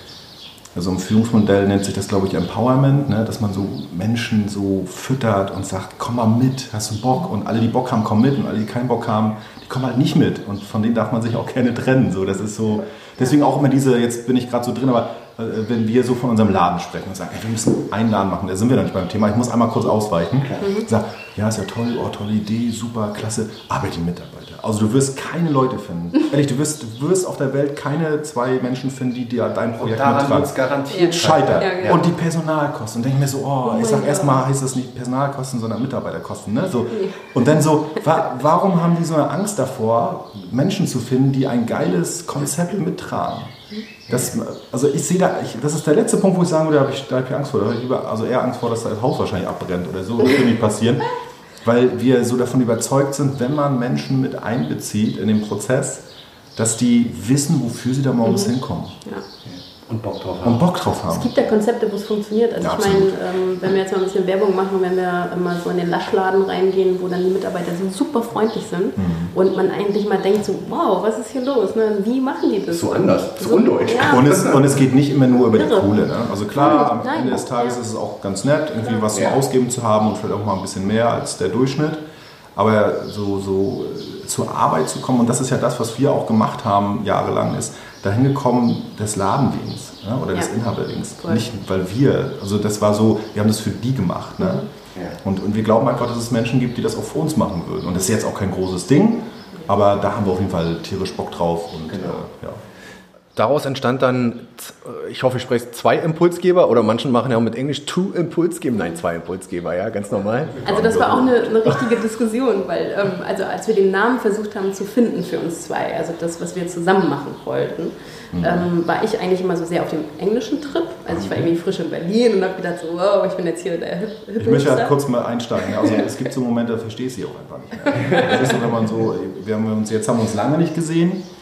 also im Führungsmodell nennt sich das, glaube ich, Empowerment, ne? Dass man so Menschen so füttert und sagt, komm mal mit, hast du Bock? Und alle, die Bock haben, kommen mit und alle, die keinen Bock haben, die kommen halt nicht mit. Und von denen darf man sich auch gerne trennen. So, das ist so... Deswegen auch immer diese, jetzt bin ich gerade so drin, aber äh, wenn wir so von unserem Laden sprechen und sagen, ey, wir müssen einen Laden machen, da sind wir noch nicht beim Thema, ich muss einmal kurz ausweichen. Mhm. Ich sage, ja, ist ja toll, oh, tolle Idee, super, klasse, aber die Mitarbeiter. Also du wirst keine Leute finden. Ehrlich, du wirst, du wirst auf der Welt keine zwei Menschen finden, die dir dein Projekt mittragen. Und garantiert scheitern. Ja, genau. Und die Personalkosten. Und denke ich mir so, oh, oh ich sag erstmal heißt das nicht Personalkosten, sondern Mitarbeiterkosten. Ne? So. Und dann so, wa- warum haben die so eine Angst davor, Menschen zu finden, die ein geiles Konzept mittragen? Das, also ich sehe da, ich, das ist der letzte Punkt, wo ich sagen würde, da habe ich, da hab ich Angst vor. Da habe ich lieber, also eher Angst vor, dass das Haus wahrscheinlich abbrennt oder so. Das wird nicht passieren. Weil wir so davon überzeugt sind, wenn man Menschen mit einbezieht in den Prozess, dass die wissen, wofür sie da morgens mhm. hinkommen. Ja. Und Bock drauf haben. Und Bock drauf haben. Es gibt ja Konzepte, wo es funktioniert. Also ja, ich meine, ähm, wenn wir jetzt mal ein bisschen Werbung machen, wenn wir mal so in den Laschladen reingehen, wo dann die Mitarbeiter so super freundlich sind mhm. und man eigentlich mal denkt so, wow, was ist hier los? Ne? Wie machen die das? So anders, so undeutsch. Ja. Und, es, und es geht nicht immer nur über die Kohle. Ne? Also klar, am Nein. Ende des Tages ja. ist es auch ganz nett, irgendwie ja. was zum ja. Ausgeben zu haben und vielleicht auch mal ein bisschen mehr als der Durchschnitt. Aber so, so zur Arbeit zu kommen, und das ist ja das, was wir auch gemacht haben jahrelang, ist dahin gekommen des Ladenwegens, ne? Oder ja. des Inhaberwegens. Nicht, weil wir, also das war so, wir haben das für die gemacht. Ne? Mhm. Ja. Und, und wir glauben einfach, dass es Menschen gibt, die das auch für uns machen würden. Und das ist jetzt auch kein großes Ding, aber da haben wir auf jeden Fall tierisch Bock drauf. Und, genau. äh, ja. Daraus entstand dann, ich hoffe, ich spreche zwei Impulsgeber oder manche machen ja auch mit Englisch two Impulsgeber, nein, zwei Impulsgeber, ja, ganz normal. Also das war auch eine, eine richtige Diskussion, weil ähm, also als wir den Namen versucht haben zu finden für uns zwei, also das, was wir zusammen machen wollten, mhm. ähm, war ich eigentlich immer so sehr auf dem englischen Trip. Also ich war irgendwie frisch in Berlin und habe gedacht so, wow, ich bin jetzt hier der Hip Hip Ich möchte halt kurz mal einsteigen. Also es gibt so Momente, da verstehe ich sie auch einfach nicht mehr. Das ist so, wenn man so, wir haben uns, jetzt haben wir uns lange nicht gesehen.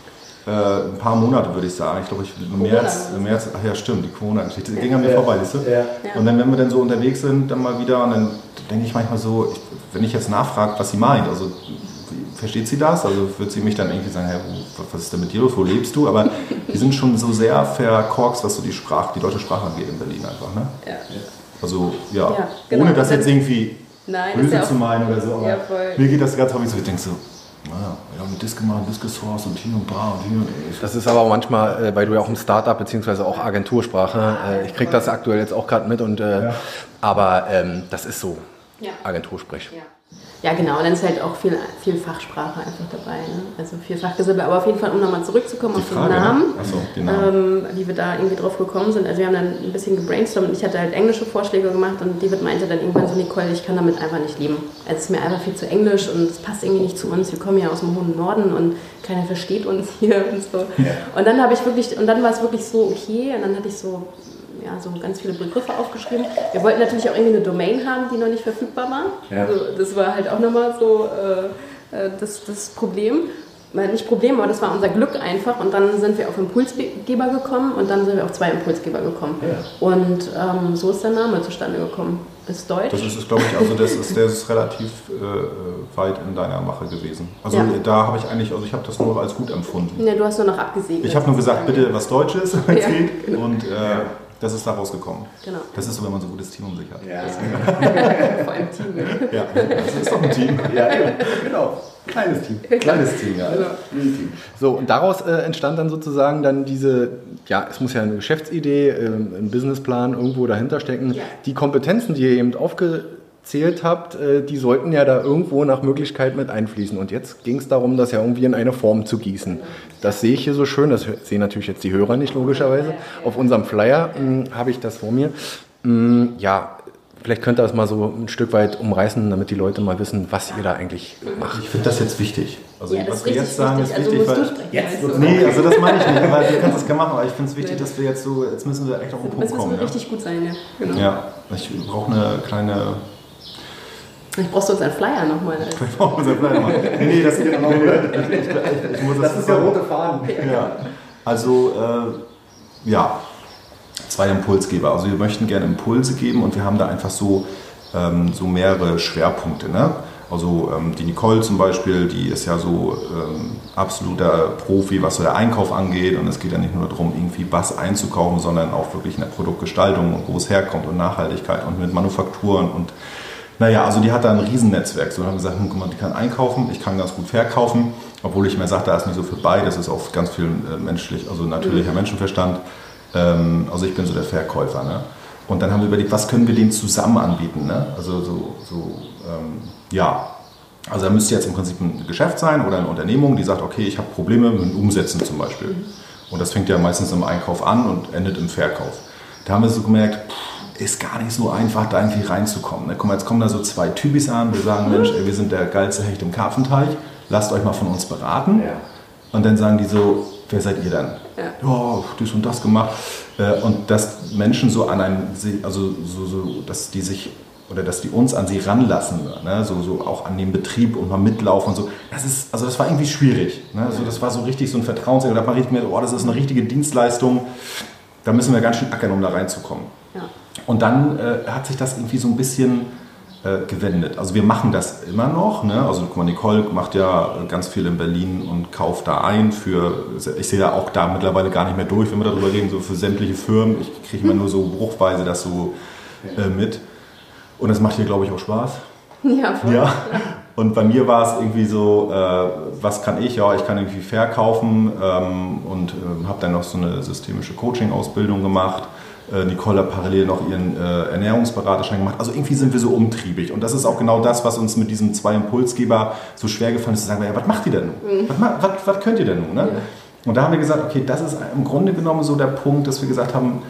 Äh, ein paar Monate würde ich sagen. Ich glaube, ich im März, im März, ach ja, stimmt, die Corona-Geschichte, die ging an mir ja. vorbei, siehst du? Ja. Und dann, wenn wir dann so unterwegs sind, dann mal wieder, und dann denke ich manchmal so, ich, wenn ich jetzt nachfrage, was sie meint, also versteht sie das? Also wird sie mich dann irgendwie sagen, hey, was ist denn mit dir los, wo lebst du? Aber die sind schon so sehr verkorkst, was so die Sprache, die deutsche Sprache angeht in Berlin einfach, ne? Ja. Also, ja, ja genau. Ohne das jetzt irgendwie Nein, böse ja zu meinen oder so, aber ja, mir geht das ganz häufig so, ich denke so, naja, wir haben das gemacht, das gesourced und hier und da und hier und da. Das ist aber auch manchmal, weil du ja auch im Startup bzw. auch Agentursprache, ich kriege das aktuell jetzt auch gerade mit, und, ja. aber ähm, das ist so, ja. Agentursprech. Ja. Ja, genau, und dann ist halt auch viel, viel Fachsprache einfach dabei, ne? Also viel Fachgesabbel, aber auf jeden Fall, um nochmal zurückzukommen die auf Frage, den Namen, ne? Achso, den Namen. Ähm, wie wir da irgendwie drauf gekommen sind. Also wir haben dann ein bisschen gebrainstormt und ich hatte halt englische Vorschläge gemacht und David meinte dann irgendwann so, Nicole, ich kann damit einfach nicht leben. Also es ist mir einfach viel zu englisch und es passt irgendwie nicht zu uns. Wir kommen ja aus dem hohen Norden und keiner versteht uns hier und so. Ja. Und dann habe ich wirklich, und dann war es wirklich so okay, und dann hatte ich so... ja, so ganz viele Begriffe aufgeschrieben. Wir wollten natürlich auch irgendwie eine Domain haben, die noch nicht verfügbar war. Ja. Also das war halt auch nochmal so äh, das, das Problem. Nicht Problem, aber das war unser Glück einfach. Und dann sind wir auf Impulsgeber gekommen und dann sind wir auf zwei Impulsgeber gekommen. Ja. Und ähm, so ist der Name zustande gekommen. Ist deutsch. Das ist, glaube ich, also das ist, der ist relativ äh, weit in deiner Mache gewesen. Also ja. da habe ich eigentlich, also ich habe das nur als gut empfunden. Ja, du hast nur noch abgesegnet. Ich habe nur gesagt, bitte was Deutsches, wenn es geht. Genau. Und äh, das ist da rausgekommen. Genau. Das ist so, wenn man so ein gutes Team um sich hat. Ja. Vor allem Team. Ja, das ist doch ein Team. Ja, genau. Kleines Team. Kleines Team, ja. Genau. So, und daraus äh, entstand dann sozusagen dann diese, ja, es muss ja eine Geschäftsidee, äh, ein Businessplan irgendwo dahinter stecken. Ja. Die Kompetenzen, die ihr eben aufgezählt habt, äh, die sollten ja da irgendwo nach Möglichkeit mit einfließen. Und jetzt ging es darum, das ja irgendwie in eine Form zu gießen. Das sehe ich hier so schön, das sehen natürlich jetzt die Hörer nicht logischerweise. Auf unserem Flyer mh, habe ich das vor mir. Mh, ja, vielleicht könnt ihr das mal so ein Stück weit umreißen, damit die Leute mal wissen, was ihr da eigentlich macht. Ich finde das jetzt wichtig. Also ja, was wir jetzt sagen, ist also wichtig, weil... Jetzt? Also. Nee, also das meine ich nicht, aber du kannst das gerne machen, aber ich finde es wichtig, dass wir jetzt so, jetzt müssen wir echt auf den Punkt kommen. Das muss richtig gut sein, ja. Genau. Ja, ich brauche eine kleine... Ich brauchst du uns einen Flyer nochmal. Ich brauche uns einen Flyer nochmal. Nee, nee, das, nee, nee, ich, ich, ich muss das, das ist der rote Faden. Ja. Also, äh, ja, zwei Impulsgeber. Also wir möchten gerne Impulse geben und wir haben da einfach so, ähm, so mehrere Schwerpunkte. Ne? Also ähm, die Nicole zum Beispiel, die ist ja so ähm, absoluter Profi, was so der Einkauf angeht. Und es geht ja nicht nur darum, irgendwie was einzukaufen, sondern auch wirklich in der Produktgestaltung und wo es herkommt und Nachhaltigkeit und mit Manufakturen und naja, also die hat da ein Riesennetzwerk. So, wir haben gesagt, guck mal, die kann einkaufen, ich kann ganz gut verkaufen, obwohl ich mir sage, da ist nicht so viel bei, das ist auf ganz viel äh, menschlich, also natürlicher mhm. Menschenverstand. Ähm, also ich bin so der Verkäufer. Ne? Und dann haben wir überlegt, was können wir denen zusammen anbieten? Ne? Also so, so ähm, ja, also da müsste jetzt im Prinzip ein Geschäft sein oder eine Unternehmung, die sagt, okay, ich habe Probleme mit dem Umsetzen zum Beispiel. Mhm. Und das fängt ja meistens im Einkauf an und endet im Verkauf. Da haben wir so gemerkt, pff, ist gar nicht so einfach, da irgendwie reinzukommen. Guck mal, jetzt kommen da so zwei Typis an, wir sagen, Mensch, ey, wir sind der geilste Hecht im Karpfenteich, lasst euch mal von uns beraten. Ja. Und dann sagen die so, wer seid ihr dann? Ja, oh, das und das gemacht. Und dass Menschen so an einem, also so, so, dass die sich, oder dass die uns an sie ranlassen, ne? so, so auch an den Betrieb und mal mitlaufen und so. Das ist, also das war irgendwie schwierig. Ne? Also das war so richtig so ein Vertrauens, da hat man richtig gemerkt, oh, das ist eine richtige Dienstleistung, da müssen wir ganz schön ackern, um da reinzukommen. Ja. Und dann äh, hat sich das irgendwie so ein bisschen äh, gewendet. Also wir machen das immer noch. Ne? Also guck mal, Nicole macht ja ganz viel in Berlin und kauft da ein für, ich sehe da auch da mittlerweile gar nicht mehr durch, wenn wir darüber reden, so für sämtliche Firmen. Ich kriege immer nur so bruchweise das so äh, mit. Und das macht hier, glaube ich, auch Spaß. Ja, voll. Ja. Und bei mir war es irgendwie so, äh, was kann ich? Ja, ich kann irgendwie verkaufen ähm, und äh, habe dann noch so eine systemische Coaching-Ausbildung gemacht. Nicole hat parallel noch ihren äh, Ernährungsberaterschein gemacht. Also irgendwie sind wir so umtriebig. Und das ist auch genau das, was uns mit diesem zwei Impulsgeber so schwer gefallen ist, zu sagen, ja, was macht ihr denn nun? Mhm. Was, was, was könnt ihr denn nun? Ne? Ja. Und da haben wir gesagt, okay, das ist im Grunde genommen so der Punkt, dass wir gesagt haben,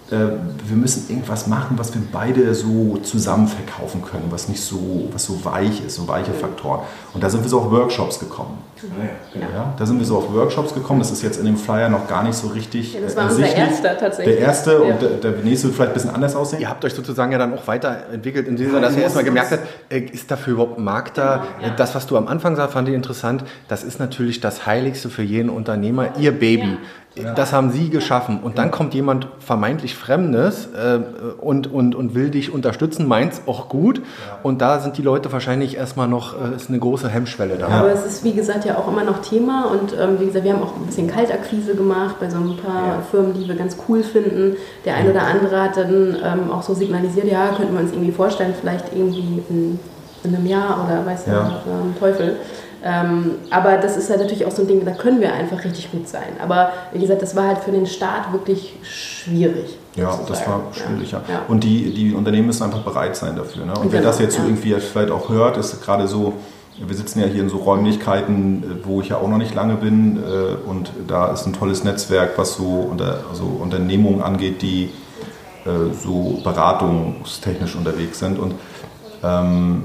wir müssen irgendwas machen, was wir beide so zusammen verkaufen können, was nicht so, was so weich ist, so weiche Faktoren. Und da sind wir so auf Workshops gekommen. Ja. Ja, da sind wir so auf Workshops gekommen. Das ist jetzt in dem Flyer noch gar nicht so richtig ja, das war unser erster tatsächlich. Der erste ja. und der, der nächste wird vielleicht ein bisschen anders aussehen. Ihr habt euch sozusagen ja dann auch weiterentwickelt, in dem Sinne, dass ihr erstmal gemerkt habt, ist dafür überhaupt ein Markt da? Genau, ja. Das, was du am Anfang sagst, fand ich interessant. Das ist natürlich das Heiligste für jeden Unternehmer, ihr Baby. Ja. Das haben sie geschaffen. Und dann kommt jemand vermeintlich Fremdes äh, und, und, und will dich unterstützen, meint's auch gut. Ja. Und da sind die Leute wahrscheinlich erstmal noch, äh, ist eine große Hemmschwelle da. Aber es ist, wie gesagt, ja auch immer noch Thema. Und ähm, wie gesagt, wir haben auch ein bisschen Kaltakquise gemacht bei so ein paar ja. Firmen, die wir ganz cool finden. Der ein oder andere hat dann ähm, auch so signalisiert, ja, könnten wir uns irgendwie vorstellen, vielleicht irgendwie in, in einem Jahr oder weiß ja, ja ähm, Teufel. Ähm, aber das ist halt natürlich auch so ein Ding, da können wir einfach richtig gut sein. Aber wie gesagt, das war halt für den Start wirklich schwierig. Ja, sozusagen. Das war schwierig, ja. ja. Und die, die Unternehmen müssen einfach bereit sein dafür. Ne? Und genau, wer das jetzt so ja. irgendwie vielleicht auch hört, ist gerade so, wir sitzen ja hier in so Räumlichkeiten, wo ich ja auch noch nicht lange bin. Und da ist ein tolles Netzwerk, was so unter, also Unternehmungen angeht, die so beratungstechnisch unterwegs sind. Und ähm,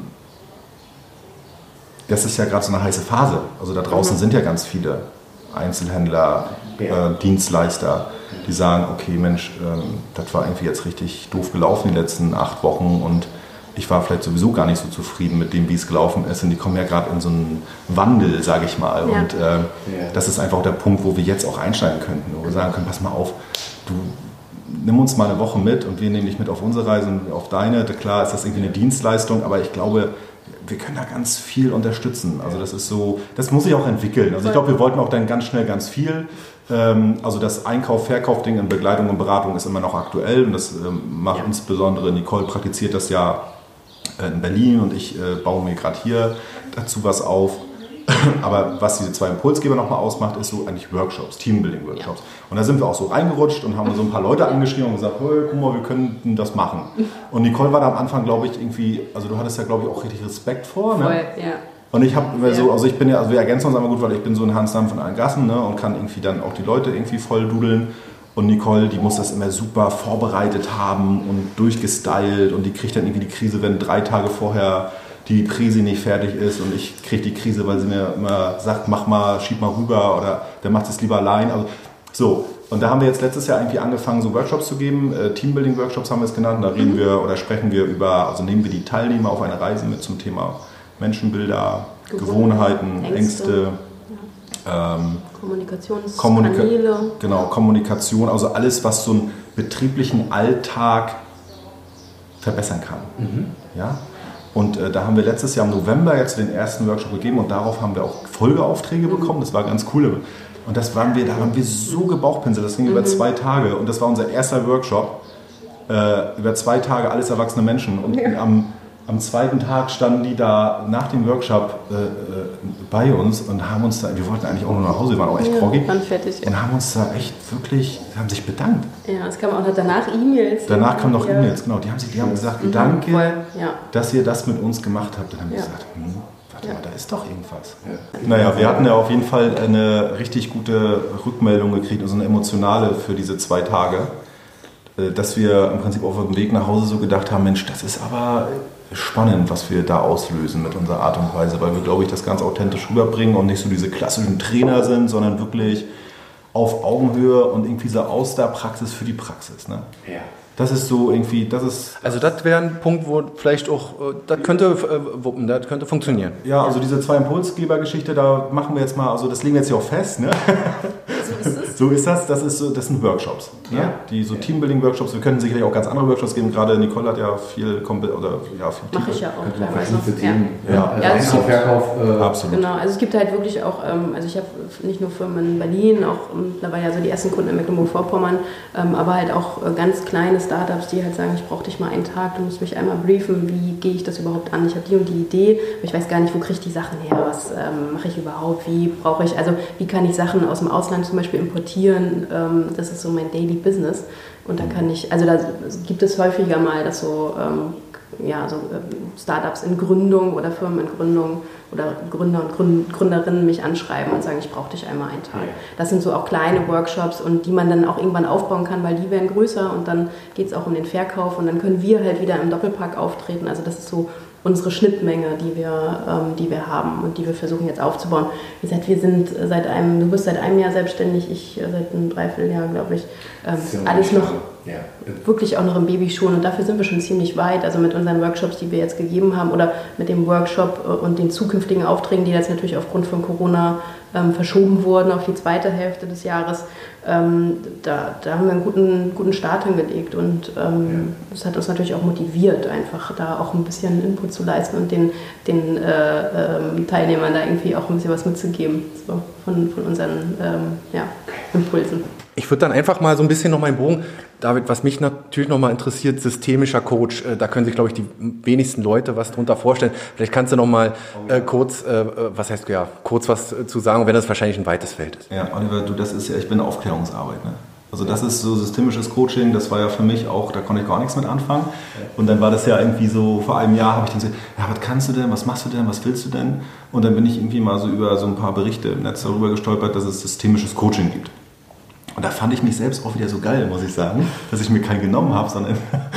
das ist ja gerade so eine heiße Phase. Also da draußen mhm. sind ja ganz viele Einzelhändler, ja. äh, Dienstleister, die sagen, okay Mensch, ähm, das war irgendwie jetzt richtig doof gelaufen die letzten acht Wochen und ich war vielleicht sowieso gar nicht so zufrieden mit dem, wie es gelaufen ist. Und die kommen ja gerade in so einen Wandel, sage ich mal. Ja. Und äh, ja. das ist einfach der Punkt, wo wir jetzt auch einsteigen könnten. Wo wir sagen können, pass mal auf, du nimm uns mal eine Woche mit und wir nehmen dich mit auf unsere Reise und auf deine. Klar ist das irgendwie eine Dienstleistung, aber ich glaube, wir können da ganz viel unterstützen. Also das ist so, das muss sich auch entwickeln. Also ich glaube, wir wollten auch dann ganz schnell ganz viel. Also das Einkauf-Verkauf-Ding in Begleitung und Beratung ist immer noch aktuell und das macht ja. insbesondere Nicole praktiziert das ja in Berlin und ich baue mir gerade hier dazu was auf. Aber was diese zwei Impulsgeber nochmal ausmacht, ist so eigentlich Workshops, Teambuilding-Workshops. Ja. Und da sind wir auch so reingerutscht und haben so ein paar Leute angeschrieben und gesagt, hey, guck mal, wir könnten das machen. Und Nicole war da am Anfang, glaube ich, irgendwie, also du hattest ja, glaube ich, auch richtig Respekt vor. Ne? Voll, ja. Und ich habe immer so, also ich bin ja, also wir ergänzen uns einmal gut, weil ich bin so ein Hans Dampf von allen Gassen, ne, und kann irgendwie dann auch die Leute irgendwie voll dudeln. Und Nicole, die muss das immer super vorbereitet haben und durchgestylt und die kriegt dann irgendwie die Krise, wenn drei Tage vorher die Präsi nicht fertig ist und ich kriege die Krise, weil sie mir immer sagt, mach mal, schieb mal rüber oder der macht es lieber allein. Also, so, und da haben wir jetzt letztes Jahr irgendwie angefangen, so Workshops zu geben, äh, Teambuilding-Workshops haben wir es genannt, da reden wir oder sprechen wir über, also nehmen wir die Teilnehmer auf eine Reise mit zum Thema Menschenbilder, Gewohnheiten, Ängste, Ängste ja. ähm, Kommunikationskanäle. Kommunika- genau, Kommunikation, also alles, was so einen betrieblichen Alltag verbessern kann. Mhm. Ja? Und äh, da haben wir letztes Jahr im November jetzt den ersten Workshop gegeben und darauf haben wir auch Folgeaufträge bekommen. Das war ganz cool. Und das waren wir, da waren wir so gebauchpinselt. Das ging mhm. über zwei Tage und das war unser erster Workshop. Äh, über zwei Tage alles erwachsene Menschen. Und ja. am, am zweiten Tag standen die da nach dem Workshop äh, bei uns und haben uns da, wir wollten eigentlich auch nur nach Hause, wir waren auch echt ja, groggy. Waren fertig, ja. Und haben uns da echt wirklich, haben sich bedankt. Ja, es kamen auch noch danach E-Mails. Danach kamen noch ja. E-Mails, genau. Die haben, sich, die haben gesagt, mhm, danke, ja. dass ihr das mit uns gemacht habt. Und dann haben wir ja. gesagt, hm, warte ja. mal, da ist doch irgendwas. Ja. Naja, wir hatten ja auf jeden Fall eine richtig gute Rückmeldung gekriegt, also eine emotionale für diese zwei Tage, dass wir im Prinzip auf dem Weg nach Hause so gedacht haben, Mensch, das ist aber spannend, was wir da auslösen mit unserer Art und Weise, weil wir, glaube ich, das ganz authentisch rüberbringen und nicht so diese klassischen Trainer sind, sondern wirklich auf Augenhöhe und irgendwie so aus der Praxis für die Praxis. Ne? Ja. Das ist so irgendwie, das ist... Also das wäre ein Punkt, wo vielleicht auch, das könnte äh, wuppen, das könnte funktionieren. Ja, also diese zwei Impulsgeber-Geschichte, da machen wir jetzt mal, also das legen wir jetzt hier auch fest, ne? So ist es. So ist das, das, ist so, das sind Workshops. Ne? Ja. Die so Teambuilding-Workshops, wir können sicherlich auch ganz andere Workshops geben, gerade Nicole hat ja viel, oder ja, viel Mache ich ja auch teilweise. Ja, ja. ja. Also Einkauf, Verkauf. Äh Absolut. Genau, also es gibt halt wirklich auch, also ich habe nicht nur Firmen in Berlin, auch mittlerweile ja so die ersten Kunden in Mecklenburg-Vorpommern, aber halt auch ganz kleine Startups, die halt sagen, ich brauche dich mal einen Tag, du musst mich einmal briefen, wie gehe ich das überhaupt an? Ich habe die und die Idee, aber ich weiß gar nicht, wo kriege ich die Sachen her, was ähm, mache ich überhaupt, wie brauche ich, also wie kann ich Sachen aus dem Ausland zum Beispiel importieren, ähm, das ist so mein Daily Business und da kann ich, also da gibt es häufiger mal, dass so ähm, ja, so äh, Startups in Gründung oder Firmen in Gründung oder Gründer und Gründ- Gründerinnen mich anschreiben und sagen, ich brauche dich einmal einen Tag. Das sind so auch kleine Workshops und die man dann auch irgendwann aufbauen kann, weil die werden größer und dann geht es auch um den Verkauf und dann können wir halt wieder im Doppelpack auftreten. Also das ist so unsere Schnittmenge, die wir, ähm, die wir haben und die wir versuchen jetzt aufzubauen. Wie gesagt, wir sind seit einem, du bist seit einem Jahr selbstständig, ich seit einem Dreivierteljahr, glaube ich. Ähm, alles noch, ja. wirklich auch noch im Babyschuhen und dafür sind wir schon ziemlich weit. Also mit unseren Workshops, die wir jetzt gegeben haben oder mit dem Workshop und den zukünftigen Aufträgen, die jetzt natürlich aufgrund von Corona ähm, verschoben wurden auf die zweite Hälfte des Jahres. Ähm, da, da haben wir einen guten, guten Start hingelegt und ähm, das ja. hat uns natürlich auch motiviert, einfach da auch ein bisschen Input zu leisten und den, den äh, ähm, Teilnehmern da irgendwie auch ein bisschen was mitzugeben, so von, von unseren ähm, ja, Impulsen. Ich würde dann einfach mal so ein bisschen noch meinen Bogen, David, was mich natürlich noch mal interessiert, systemischer Coach, da können sich, glaube ich, die wenigsten Leute was drunter vorstellen. Vielleicht kannst du noch mal äh, kurz, äh, was heißt ja, kurz was zu sagen, wenn das wahrscheinlich ein weites Feld ist. Ja, Oliver, du, das ist ja, ich bin Aufklärungsarbeit, ne? Also das ist so systemisches Coaching, das war ja für mich auch, da konnte ich gar nichts mit anfangen. Und dann war das ja irgendwie so, vor einem Jahr habe ich dann gesagt, ja, was kannst du denn, was machst du denn, was willst du denn? Und dann bin ich irgendwie mal so über so ein paar Berichte im Netz darüber gestolpert, dass es systemisches Coaching gibt. Und da fand ich mich selbst auch wieder so geil, muss ich sagen, dass ich mir keinen genommen habe, sondern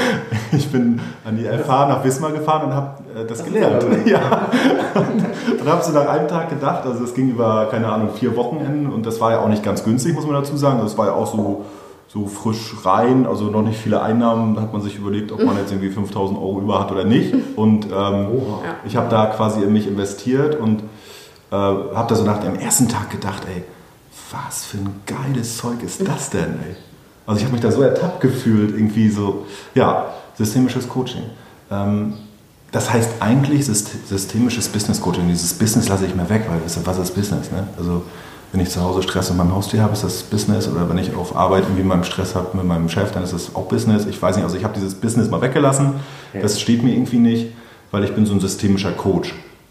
ich bin an die L H nach Wismar gefahren und habe äh, das, das gelernt. Ja. Und, und habe so nach einem Tag gedacht, also es ging über, keine Ahnung, vier Wochenenden und das war ja auch nicht ganz günstig, muss man dazu sagen. Das war ja auch so, so frisch rein, also noch nicht viele Einnahmen. Da hat man sich überlegt, ob man jetzt irgendwie fünftausend Euro über hat oder nicht. Und ähm, ich habe da quasi in mich investiert und äh, habe da so nach dem ersten Tag gedacht, ey, was für ein geiles Zeug ist das denn, ey? Also ich habe mich da so ertappt gefühlt, irgendwie so, ja, systemisches Coaching. Ähm, das heißt eigentlich systemisches Business Coaching. Dieses Business lasse ich mir weg, weil was ist Business, ne? Also wenn ich zu Hause Stress mit meinem Haustier habe, ist das Business, oder wenn ich auf Arbeit irgendwie meinen Stress habe mit meinem Chef, dann ist das auch Business. Ich weiß nicht, also ich habe dieses Business mal weggelassen, das steht mir irgendwie nicht, weil ich bin so ein systemischer Coach.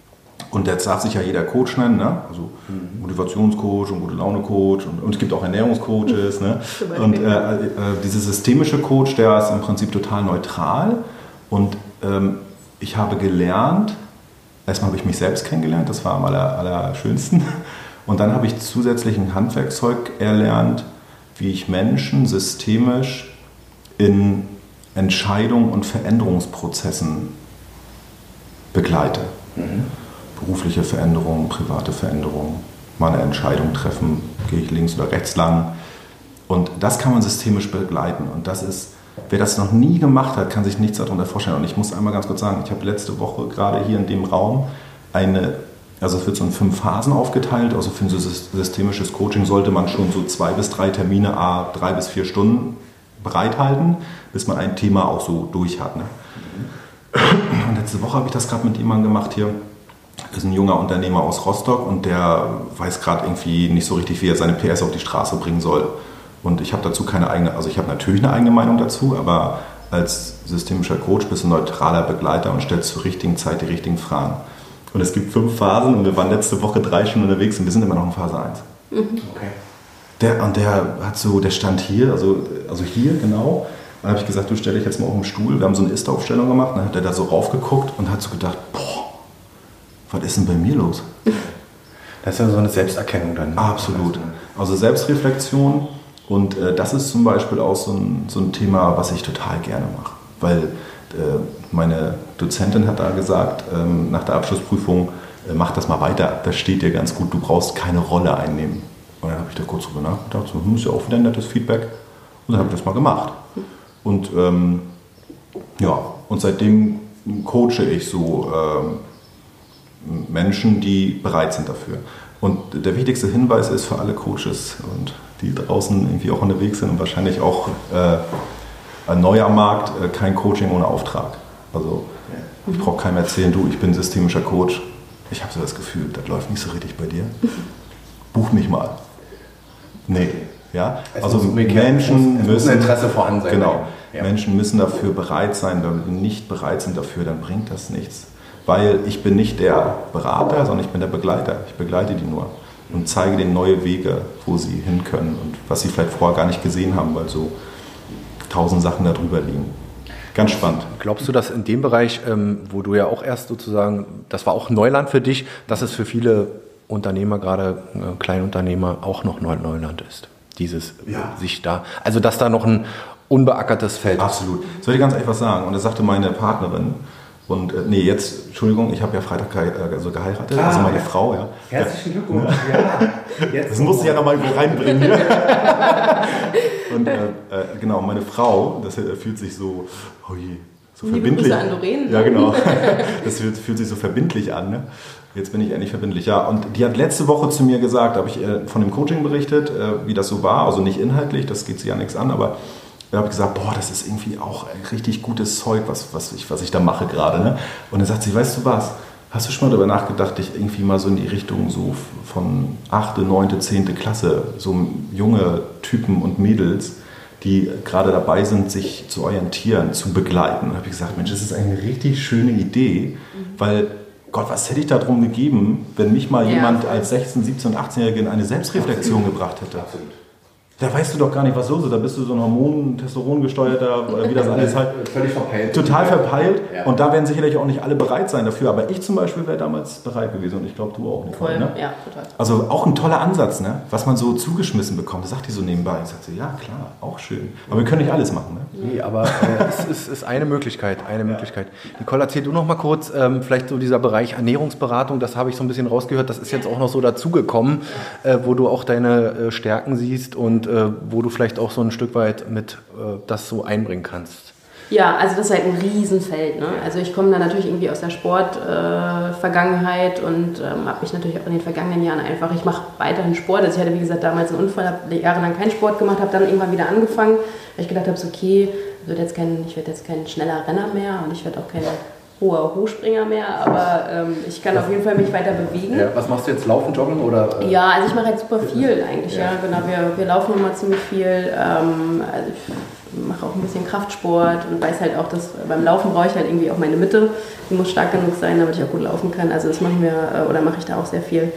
Und jetzt darf sich ja jeder Coach nennen, ne? Also Motivationscoach und Gute-Laune-Coach und, und es gibt auch Ernährungscoaches. Ne? Und äh, äh, dieser systemische Coach, der ist im Prinzip total neutral. Und ähm, ich habe gelernt, erstmal habe ich mich selbst kennengelernt, das war am aller, allerschönsten. Und dann habe ich zusätzlich ein Handwerkzeug erlernt, wie ich Menschen systemisch in Entscheidungen und Veränderungsprozessen begleite. Mhm. Berufliche Veränderungen, private Veränderungen, mal eine Entscheidung treffen, gehe ich links oder rechts lang. Und das kann man systemisch begleiten. Und das ist, wer das noch nie gemacht hat, kann sich nichts darunter vorstellen. Und ich muss einmal ganz kurz sagen, ich habe letzte Woche gerade hier in dem Raum eine, also es wird so in fünf Phasen aufgeteilt. Also für ein systemisches Coaching sollte man schon so zwei bis drei Termine, a drei bis vier Stunden bereithalten, bis man ein Thema auch so durch hat. Ne? Und letzte Woche habe ich das gerade mit jemandem gemacht hier. Das ist ein junger Unternehmer aus Rostock und der weiß gerade irgendwie nicht so richtig, wie er seine P S auf die Straße bringen soll. Und ich habe dazu keine eigene, also ich habe natürlich eine eigene Meinung dazu, aber als systemischer Coach bist du ein neutraler Begleiter und stellst zur richtigen Zeit die richtigen Fragen. Und es gibt fünf Phasen und wir waren letzte Woche drei Stunden unterwegs und wir sind immer noch in Phase eins. Mhm. Okay. Der, und der hat so, der stand hier, also, also hier genau. Dann habe ich gesagt, du stell dich jetzt mal auf den Stuhl. Wir haben so eine Ist-Aufstellung gemacht. Dann hat er da so raufgeguckt und hat so gedacht, boah, was ist denn bei mir los? Das ist ja so eine Selbsterkennung dann. Absolut. Also Selbstreflexion und äh, das ist zum Beispiel auch so ein, so ein Thema, was ich total gerne mache. Weil äh, meine Dozentin hat da gesagt, ähm, nach der Abschlussprüfung, äh, mach das mal weiter, das steht dir ganz gut, du brauchst keine Rolle einnehmen. Und dann habe ich da kurz drüber nachgedacht, so, hm, ist ja auch wieder ein nettes Feedback. Und dann habe ich das mal gemacht. Und ähm, ja, und seitdem coache ich so ähm, Menschen, die bereit sind dafür. Und der wichtigste Hinweis ist für alle Coaches und die draußen irgendwie auch unterwegs sind und wahrscheinlich auch äh, neu am Markt, äh, kein Coaching ohne Auftrag. Also ich brauche keinem erzählen, du, ich bin systemischer Coach. Ich habe so das Gefühl, das läuft nicht so richtig bei dir. Buch mich mal. Nee. Ja? Also Menschen muss, müssen Interesse vorhanden sein. Genau. Ja. Menschen müssen dafür bereit sein. Wenn wir nicht bereit sind dafür, dann bringt das nichts. Weil ich bin nicht der Berater, sondern ich bin der Begleiter. Ich begleite die nur und zeige denen neue Wege, wo sie hin können und was sie vielleicht vorher gar nicht gesehen haben, weil so tausend Sachen da drüber liegen. Ganz spannend. Glaubst du, dass in dem Bereich, ähm, wo du ja auch erst sozusagen, das war auch Neuland für dich, dass es für viele Unternehmer, gerade äh, Kleinunternehmer, auch noch Neuland ist? Dieses ja. sich da, also dass da noch ein unbeackertes Feld ist. Absolut. Soll ich ganz ehrlich was sagen? Und das sagte meine Partnerin, und äh, nee, jetzt, Entschuldigung, ich habe ja Freitag ge also geheiratet, ah, also meine ja. Frau, ja. Herzlichen Glückwunsch. Ja. Jetzt das musste ich ja nochmal irgendwo reinbringen. Hier. Und äh, äh, genau, meine Frau, das äh, fühlt sich so, oh je, so Liebe verbindlich. Grüße an Doreen. Ja, genau. Das fühlt, fühlt sich so verbindlich an. Ne? Jetzt bin ich endlich verbindlich. Ja, und die hat letzte Woche zu mir gesagt, da habe ich äh, von dem Coaching berichtet, äh, wie das so war, also nicht inhaltlich, das geht sie ja nichts an, aber da habe ich gesagt, boah, das ist irgendwie auch richtig gutes Zeug, was, was, ich, was ich da mache gerade. Ne? Und dann sagt sie, weißt du was, hast du schon mal darüber nachgedacht, dich irgendwie mal so in die Richtung so von achte, neunte, zehnte Klasse, so junge Typen und Mädels, die gerade dabei sind, sich zu orientieren, zu begleiten. Und da habe ich gesagt, Mensch, das ist eine richtig schöne Idee, mhm. weil Gott, was hätte ich da drum gegeben, wenn mich mal ja. jemand als sechzehn-, siebzehn-, achtzehnjährige in eine Selbstreflexion Absolut. gebracht hätte. Absolut. Da weißt du doch gar nicht, was los ist. Da bist du so ein Hormon-, Testosteron-gesteuerter, wie das alles halt. Völlig verpeilt. Total verpeilt. Ja. Und da werden sicherlich auch nicht alle bereit sein dafür. Aber ich zum Beispiel wäre damals bereit gewesen und ich glaube, du auch nicht. Voll, ne? ja, total. Also auch ein toller Ansatz, ne? Was man so zugeschmissen bekommt. Das sagt die so nebenbei. Ich sagte, ja klar, auch schön. Aber wir können nicht alles machen. Ne? Nee, aber äh, es ist, ist eine Möglichkeit. Eine ja. Möglichkeit. Nicole, erzähl du noch mal kurz, ähm, vielleicht so dieser Bereich Ernährungsberatung, das habe ich so ein bisschen rausgehört. Das ist jetzt auch noch so dazugekommen, äh, wo du auch deine äh, Stärken siehst und äh, wo du vielleicht auch so ein Stück weit mit äh, das so einbringen kannst. Ja, also das ist halt ein Riesenfeld. Ne? Also ich komme da natürlich irgendwie aus der Sport-Vergangenheit äh, und ähm, habe mich natürlich auch in den vergangenen Jahren einfach, ich mache weiterhin Sport. Also ich hatte wie gesagt damals einen Unfall, habe jahrelang keinen Sport gemacht, habe dann irgendwann wieder angefangen, weil ich gedacht habe, so, okay, ich werde jetzt, kein, ich werd jetzt kein schneller Renner mehr und ich werde auch kein hoher Hochspringer mehr, aber ähm, ich kann auf jeden Fall mich weiter bewegen. Ja, was machst du jetzt, Laufen, Joggen oder? Äh ja, also ich mache halt super viel eigentlich, ja, ja genau. Wir, wir laufen immer ziemlich viel. Ähm, also ich mache auch ein bisschen Kraftsport und weiß halt auch, dass beim Laufen brauche ich halt irgendwie auch meine Mitte. Die muss stark genug sein, damit ich auch gut laufen kann. Also das machen wir, oder mache ich da auch sehr viel.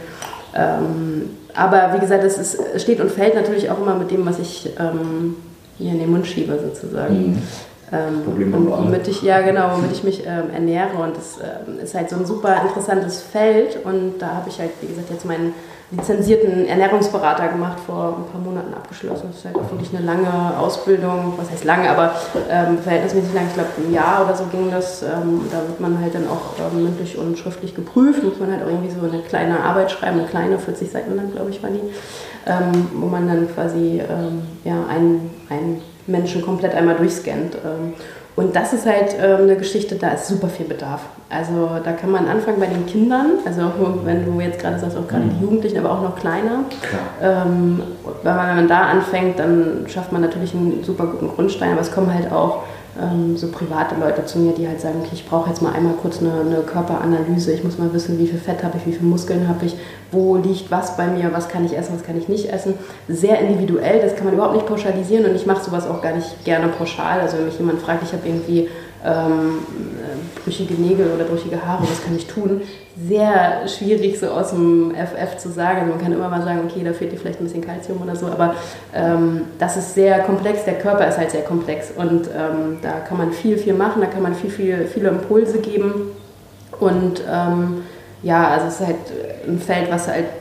Ähm, aber wie gesagt, es ist, steht und fällt natürlich auch immer mit dem, was ich ähm, hier in den Mund schiebe sozusagen. Mhm. Ähm, und womit ich, ja genau, womit ich mich ähm, ernähre und das ähm, ist halt so ein super interessantes Feld und da habe ich halt, wie gesagt, jetzt meinen lizenzierten Ernährungsberater gemacht, vor ein paar Monaten abgeschlossen. Das ist halt auch wirklich eine lange Ausbildung, was heißt lange, aber ähm, verhältnismäßig lang, ich glaube ein Jahr oder so ging das. Ähm, da wird man halt dann auch ähm, mündlich und schriftlich geprüft, muss man halt auch irgendwie so eine kleine Arbeit schreiben, eine kleine, vierzig Seiten lang, glaube ich, war die, ähm, wo man dann quasi ähm, ja, einen, einen Menschen komplett einmal durchscannt. Und das ist halt eine Geschichte, da ist super viel Bedarf. Also da kann man anfangen bei den Kindern, also auch wenn du jetzt gerade sagst, auch gerade die Jugendlichen, aber auch noch kleiner. Ähm, wenn man da anfängt, dann schafft man natürlich einen super guten Grundstein, aber es kommen halt auch ähm, so private Leute zu mir, die halt sagen, okay, ich brauche jetzt mal einmal kurz eine, eine Körperanalyse, ich muss mal wissen, wie viel Fett habe ich, wie viele Muskeln habe ich, wo liegt was bei mir, was kann ich essen, was kann ich nicht essen. Sehr individuell, das kann man überhaupt nicht pauschalisieren und ich mache sowas auch gar nicht gerne pauschal. Also wenn mich jemand fragt, ich habe irgendwie ähm, brüchige Nägel oder brüchige Haare, was kann ich tun? Sehr schwierig so aus dem F F zu sagen. Also man kann immer mal sagen, okay, da fehlt dir vielleicht ein bisschen Kalzium oder so, aber ähm, das ist sehr komplex, der Körper ist halt sehr komplex und ähm, da kann man viel, viel machen, da kann man viel, viel, viele Impulse geben und ähm, ja, also es ist halt ein Feld, was halt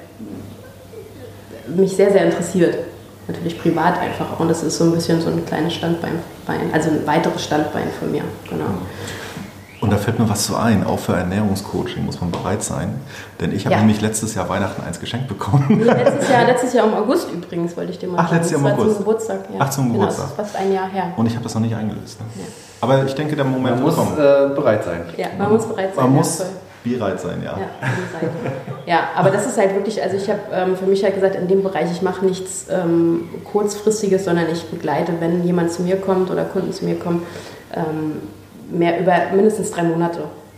mich sehr, sehr interessiert. Natürlich privat einfach auch. Und das ist so ein bisschen so ein kleines Standbein, also ein weiteres Standbein von mir. Genau. Und da fällt mir was so ein, auch für Ernährungscoaching muss man bereit sein. Denn ich habe ja. nämlich letztes Jahr Weihnachten eins geschenkt bekommen. Nee, letztes, Jahr, letztes Jahr im August übrigens, wollte ich dir mal Ach, sagen. letztes Jahr im August? Zum Geburtstag. Ja. Ach, zum Geburtstag. Genau, das ist fast ein Jahr her. Und ich habe das noch nicht eingelöst. Ne? Ja. Aber ich denke, der Moment man muss kommen. Äh, bereit sein. Ja, man muss bereit sein. Man muss voll. bereit sein, ja. Ja, ja, aber das ist halt wirklich, also ich habe ähm, für mich halt gesagt, in dem Bereich, ich mache nichts ähm, Kurzfristiges, sondern ich begleite, wenn jemand zu mir kommt oder Kunden zu mir kommen, ähm, mehr über mindestens drei Monate.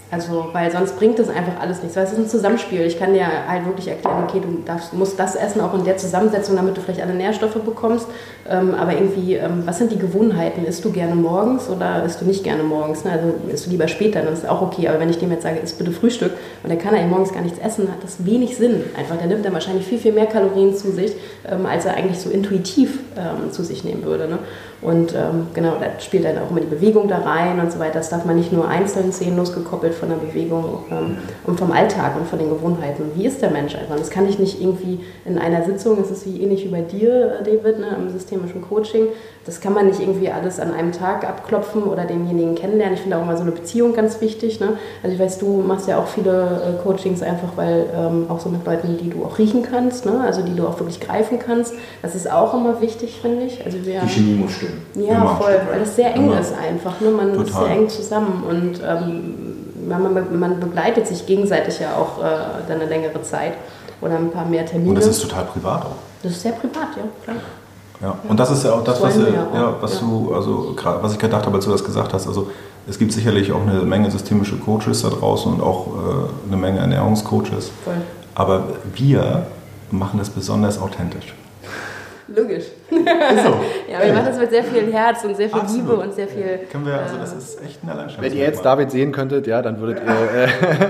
Also, weil sonst bringt das einfach alles nichts. Weil es ist ein Zusammenspiel. Ich kann dir halt wirklich erklären, okay, du darfst, musst das essen, auch in der Zusammensetzung, damit du vielleicht alle Nährstoffe bekommst. Ähm, aber irgendwie, ähm, was sind die Gewohnheiten? Isst du gerne morgens oder isst du nicht gerne morgens? Ne? Also isst du lieber später, dann ist auch okay. Aber wenn ich dem jetzt sage, isst bitte Frühstück und der kann eigentlich morgens gar nichts essen, hat das wenig Sinn. Einfach, der nimmt dann wahrscheinlich viel, viel mehr Kalorien zu sich, ähm, als er eigentlich so intuitiv ähm, zu sich nehmen würde. Ne? Und ähm, genau, da spielt dann auch immer die Bewegung da rein und so weiter. Das darf man nicht nur einzeln sehen, losgekoppelt von der Bewegung ähm, und vom Alltag und von den Gewohnheiten. Wie ist der Mensch einfach? Das kann ich nicht irgendwie in einer Sitzung, das ist wie ähnlich wie bei dir, David, ne, im systemischen Coaching. Das kann man nicht irgendwie alles an einem Tag abklopfen oder denjenigen kennenlernen. Ich finde auch immer so eine Beziehung ganz wichtig. Ne? Also ich weiß, du machst ja auch viele äh, Coachings einfach, weil ähm, auch so mit Leuten, die du auch riechen kannst, ne? Also die du auch wirklich greifen kannst. Das ist auch immer wichtig, finde ich. Also wir, die Chemie muss stimmen. Ja, immer voll, weil es sehr eng immer. ist einfach. Ne? Man Total. ist sehr eng zusammen und ähm, man, man begleitet sich gegenseitig ja auch äh, dann eine längere Zeit oder ein paar mehr Termine. Und das ist total privat auch. Das ist sehr privat, ja, klar. Ja. Und das ist ja auch das, was, wollen wir äh, ja auch. ja, was Ja. du, also gerade was ich gedacht habe, als du das gesagt hast, also es gibt sicherlich auch eine Menge systemische Coaches da draußen und auch äh, eine Menge Ernährungscoaches. Voll. Aber wir machen das besonders authentisch. Logisch. Ist so. Ja, wir machen das mit sehr viel Herz und sehr viel Absolut. Liebe und sehr viel... Können wir, also äh, das ist echt ein Alleinstellungsmerkmal. Wenn ihr jetzt David sehen könntet, ja, dann würdet ihr äh,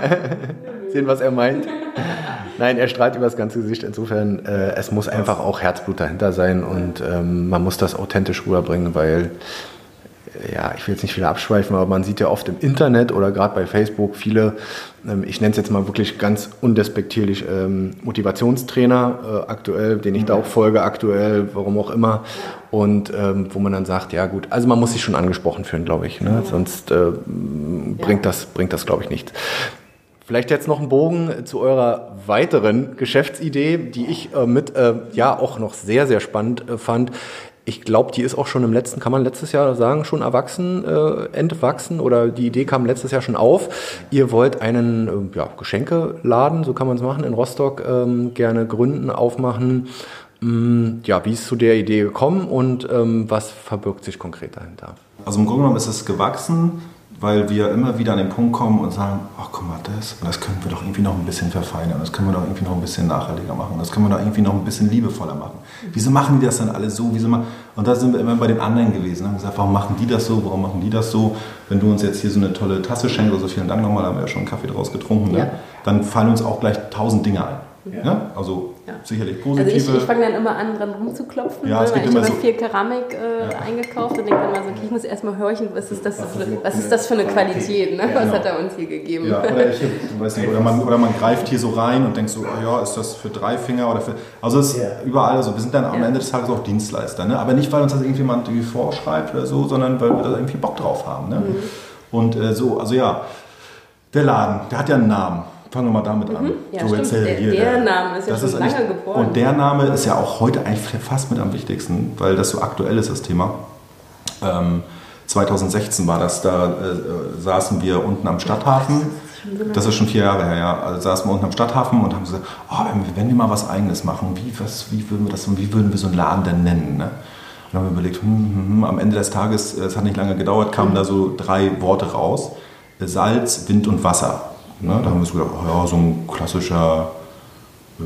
sehen, was er meint. Nein, er strahlt über das ganze Gesicht. Insofern, äh, es muss einfach auch Herzblut dahinter sein und ähm, man muss das authentisch rüberbringen, weil, äh, ja, ich will jetzt nicht viel abschweifen, aber man sieht ja oft im Internet oder gerade bei Facebook viele, ähm, ich nenne es jetzt mal wirklich ganz undespektierlich, ähm, Motivationstrainer äh, aktuell, den ich da auch folge aktuell, warum auch immer. Und ähm, wo man dann sagt, ja gut, also man muss sich schon angesprochen fühlen, glaube ich. Ne? Sonst äh, bringt das, bringt das, glaube ich, nichts. Vielleicht jetzt noch einen Bogen zu eurer weiteren Geschäftsidee, die ich äh, mit äh, ja auch noch sehr, sehr spannend äh, fand. Ich glaube, die ist auch schon im letzten, kann man letztes Jahr sagen, schon erwachsen, äh, entwachsen oder die Idee kam letztes Jahr schon auf. Ihr wollt einen äh, ja, Geschenkeladen, so kann man es machen, in Rostock ähm, gerne gründen, aufmachen. Mm, ja, wie ist zu der Idee gekommen und ähm, was verbirgt sich konkret dahinter? Also im Grunde genommen ist es gewachsen, weil wir immer wieder an den Punkt kommen und sagen, ach guck mal, das, und das können wir doch irgendwie noch ein bisschen verfeinern, das können wir doch irgendwie noch ein bisschen nachhaltiger machen, das können wir doch irgendwie noch ein bisschen liebevoller machen. Wieso machen die das dann alle so? Wieso machen? Und da sind wir immer bei den anderen gewesen, haben gesagt, warum machen die das so, warum machen die das so? Wenn du uns jetzt hier so eine tolle Tasse schenkst, also vielen Dank nochmal, da haben wir ja schon einen Kaffee draus getrunken, Ja. ne? Dann fallen uns auch gleich tausend Dinge ein. Ja. Ne? Also Ja. sicherlich positive. Also ich, ich fange dann immer an, dran rumzuklopfen, Ja, ne, es weil gibt ich immer habe so- viel Keramik äh, eingekauft und denke dann mal so, okay, ich muss erstmal horchen, was ist das, für, was ist das für eine Qualität, ne? Was genau. hat er uns hier gegeben? Ja, oder, ich, du weißt nicht, oder, man, oder man greift hier so rein und denkt so, oh ja, ist das für drei Finger oder für... Also es ist Ja. überall so. Wir sind dann am Ja. Ende des Tages auch Dienstleister. Ne? Aber nicht, weil uns das irgendjemand irgendwie vorschreibt oder so, sondern weil wir da irgendwie Bock drauf haben. Ne? Mhm. Und äh, so, also ja, der Laden, der hat ja einen Namen. Fangen wir mal damit an. Mhm. Ja, so stimmt. erzähl Der- hier, der Name ist ja schon lange eigentlich- geboren. Und der Name ist ja auch heute eigentlich fast mit am wichtigsten, weil das so aktuell ist, das Thema. Ähm, zweitausendsechzehn war das, da äh, saßen wir unten am Stadthafen. Das ist schon vier Jahre her, ja. Also saßen wir unten am Stadthafen und haben gesagt, oh, wenn wir mal was Eigenes machen, wie, was, wie, würden wir das, wie würden wir so einen Laden denn nennen? Ne? Und dann haben wir überlegt, hm, hm, hm. Am Ende des Tages, es hat nicht lange gedauert, kamen da so drei Worte raus. Salz, Wind und Wasser. Ne? Da haben wir so gedacht, oh ja, so ein klassischer... Äh,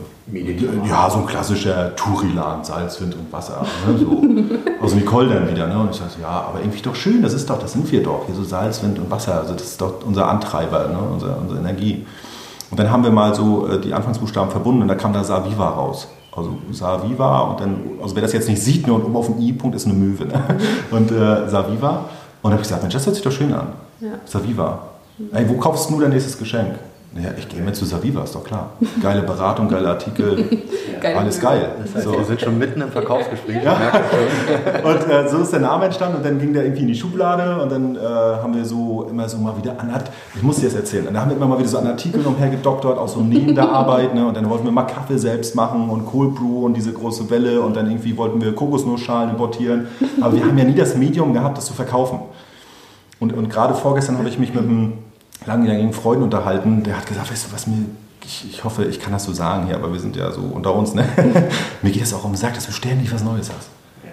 Ja, so ein klassischer Touriladen, Salz, Wind und Wasser. Ne? So. Also Nicole dann wieder. Ne? Und ich sagte, ja, aber irgendwie doch schön, das ist doch, das sind wir doch. Hier so Salz, Wind und Wasser. Also das ist doch unser Antreiber, ne? unsere, unsere Energie. Und dann haben wir mal so äh, die Anfangsbuchstaben verbunden und da kam da Saviva raus. Also Saviva und dann, also wer das jetzt nicht sieht, nur und oben auf dem I-Punkt ist eine Möwe. Ne? Und äh, Saviva. Und dann habe ich gesagt, Mensch, das hört sich doch schön an. Ja. Saviva. Ey, wo kaufst du dein nächstes Geschenk? Ja, ich gehe mit zu Saviva, ist doch klar. Geile Beratung, geile Artikel, Geile alles Möwe. geil. Das heißt, So. wir sind schon mitten im Verkaufsgespräch. Ja. Ich merke schon. Und äh, so ist der Name entstanden und dann ging der irgendwie in die Schublade und dann äh, haben wir so immer so mal wieder an, ich muss dir das erzählen, und da haben wir immer mal wieder so an Artikeln umhergedoktert, auch so neben der Arbeit, ne? Und dann wollten wir mal Kaffee selbst machen und Cold Brew und diese große Welle und dann irgendwie wollten wir Kokosnussschalen importieren, aber wir haben ja nie das Medium gehabt, das zu verkaufen. Und, und gerade vorgestern habe ich mich mit einem langjährigen Freund unterhalten, der hat gesagt, weißt du was, mir, ich, ich hoffe, ich kann das so sagen hier, aber wir sind ja so unter uns, ne? Mir geht es auch um den Sack, dass du ständig was Neues hast.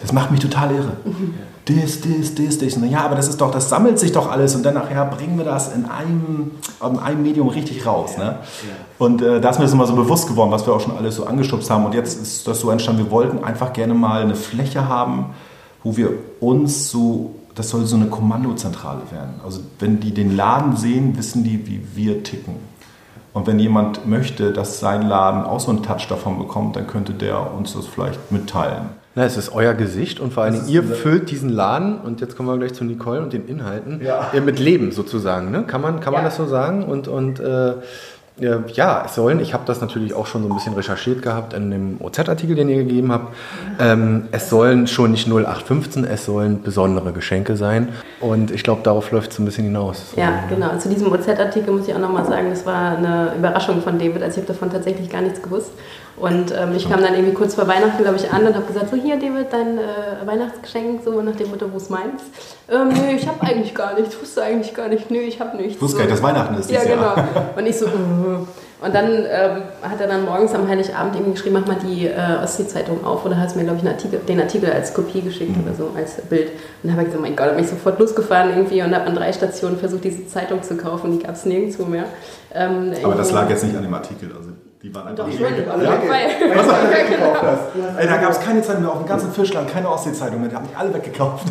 Das macht mich total irre. Mhm. Das, das, das, das. Und ja, aber das ist doch, das sammelt sich doch alles und dann nachher bringen wir das in einem, in einem Medium richtig raus. Ne? Und äh, da ist mir das immer so bewusst geworden, was wir auch schon alles so angeschubst haben. Und jetzt ist das so entstanden, wir wollten einfach gerne mal eine Fläche haben, wo wir uns so, das soll so eine Kommandozentrale werden. Also wenn die den Laden sehen, wissen die, wie wir ticken. Und wenn jemand möchte, dass sein Laden auch so einen Touch davon bekommt, dann könnte der uns das vielleicht mitteilen. Na, es ist euer Gesicht und vor allen Dingen, ihr füllt diesen Laden, und jetzt kommen wir gleich zu Nicole und den Inhalten, ja. mit Leben sozusagen. Ne? Kann man, kann man ja. das so sagen? Und, und äh, ja, es sollen, ich habe das natürlich auch schon so ein bisschen recherchiert gehabt in dem O Z-Artikel, den ihr gegeben habt, ähm, es sollen schon nicht null acht fünfzehn, es sollen besondere Geschenke sein. Und ich glaube, darauf läuft es ein bisschen hinaus. Ja, so. Genau. Und zu diesem O Z-Artikel muss ich auch nochmal sagen, das war eine Überraschung von David. Also ich habe davon tatsächlich gar nichts gewusst. Und ähm, ich kam dann irgendwie kurz vor Weihnachten, glaube ich, an und habe gesagt, so hier David, dein äh, Weihnachtsgeschenk, so nach dem Motto, wo ist meins? Ähm, nö, ich habe eigentlich gar nichts, wusste eigentlich gar nicht, nö, ich habe nichts. Ich wusste gar nicht, dass Weihnachten ist dieses Ja, genau. Jahr. Und ich so, uh. Und dann ähm, hat er dann morgens am Heiligabend irgendwie geschrieben, mach mal die äh, Ostsee-Zeitung auf, oder hast mir, glaube ich, einen Artikel, den Artikel als Kopie geschickt mhm. oder so, als Bild. Und dann habe ich gesagt, mein Gott, da bin ich sofort losgefahren irgendwie und habe an drei Stationen versucht, diese Zeitung zu kaufen, die gab es nirgendwo mehr. Ähm, Aber das lag jetzt nicht an dem Artikel, also die waren einfach Doch, nicht schon, alle ja? weg. Was ja, Ey, da gab es keine Zeitung mehr auf dem ganzen Fischland, keine Ostsee-Zeitung mehr, die haben die alle weggekauft.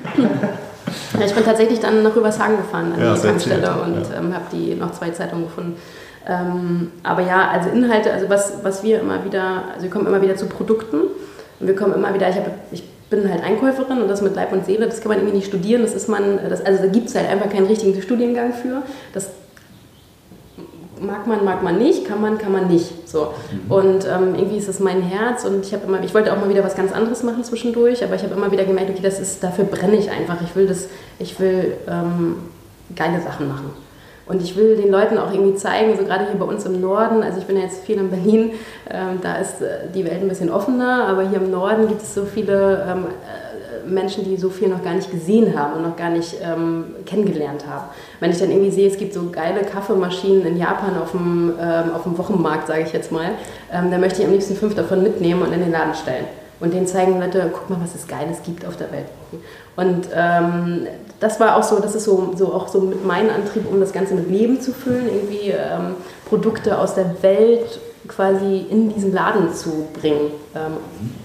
Ja, ich bin tatsächlich dann nach Rübershagen gefahren an ja, die Tankstelle ja. und ähm, habe die noch zwei Zeitungen gefunden. Ähm, aber ja, also Inhalte, also was, was wir immer wieder, also wir kommen immer wieder zu Produkten und wir kommen immer wieder, ich, hab, ich bin halt Einkäuferin und das mit Leib und Seele, das kann man irgendwie nicht studieren, das ist man, das, also da gibt es halt einfach keinen richtigen Studiengang für, das mag man, mag man nicht, kann man, kann man nicht, so. Mhm. Und ähm, irgendwie ist das mein Herz und ich habe immer, ich wollte auch mal wieder was ganz anderes machen zwischendurch, aber ich habe immer wieder gemerkt, okay, das ist, dafür brenne ich einfach, ich will das, ich will ähm, geile Sachen machen. Und ich will den Leuten auch irgendwie zeigen, so gerade hier bei uns im Norden, also ich bin ja jetzt viel in Berlin, ähm, da ist äh, die Welt ein bisschen offener, aber hier im Norden gibt es so viele ähm, äh, Menschen, die so viel noch gar nicht gesehen haben und noch gar nicht ähm, kennengelernt haben. Wenn ich dann irgendwie sehe, es gibt so geile Kaffeemaschinen in Japan auf dem, ähm, auf dem Wochenmarkt, sage ich jetzt mal, ähm, da möchte ich am liebsten fünf davon mitnehmen und in den Laden stellen. Und denen zeigen, Leute, guck mal, was es Geiles gibt auf der Welt. Und ähm, das war auch so, das ist so, so auch so mit meinem Antrieb, um das Ganze mit Leben zu füllen, irgendwie ähm, Produkte aus der Welt quasi in diesen Laden zu bringen ähm,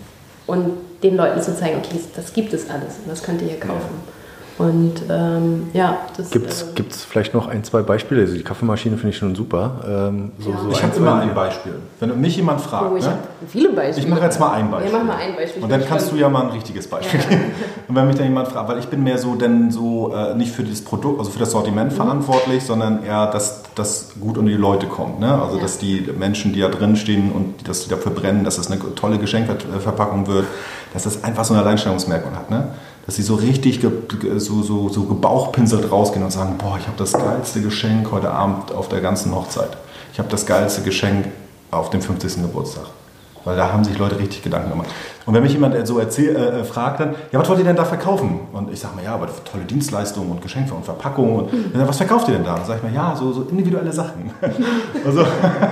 und den Leuten zu zeigen, okay, das gibt es alles und das könnt ihr hier kaufen. Und ähm, ja, das Gibt es äh, vielleicht noch ein, zwei Beispiele? Also die Kaffeemaschine finde ich schon super. Ähm, so, ja. so ich habe immer ein Beispiel. Wenn mich jemand fragt, oh, ich ne? habe viele Beispiele. Ich mache jetzt mal ein Beispiel. Ja, mach mal ein Beispiel. Und dann kannst du ja mal ein richtiges Beispiel geben. Ja. Und wenn mich dann jemand fragt, weil ich bin mehr so denn so äh, nicht für das Produkt, also für das Sortiment mhm. verantwortlich, sondern eher, dass das gut unter die Leute kommt. Ne? Also ja. dass die Menschen, die da drin stehen und dass die dafür brennen, dass das eine tolle Geschenkverpackung wird, dass das einfach so ein Alleinstellungsmerkmal hat. Ne? Dass sie so richtig ge, so, so, so gebauchpinselt rausgehen und sagen, boah, ich habe das geilste Geschenk heute Abend auf der ganzen Hochzeit. Ich habe das geilste Geschenk auf dem fünfzigsten Geburtstag. Weil da haben sich Leute richtig Gedanken gemacht. Und wenn mich jemand so erzähl, äh, fragt dann, ja, was wollt ihr denn da verkaufen? Und ich sage mir, ja, aber tolle Dienstleistungen und Geschenke und Verpackungen. Und dann, was verkauft ihr denn da? Und dann sage ich mir, ja, so, so individuelle Sachen. also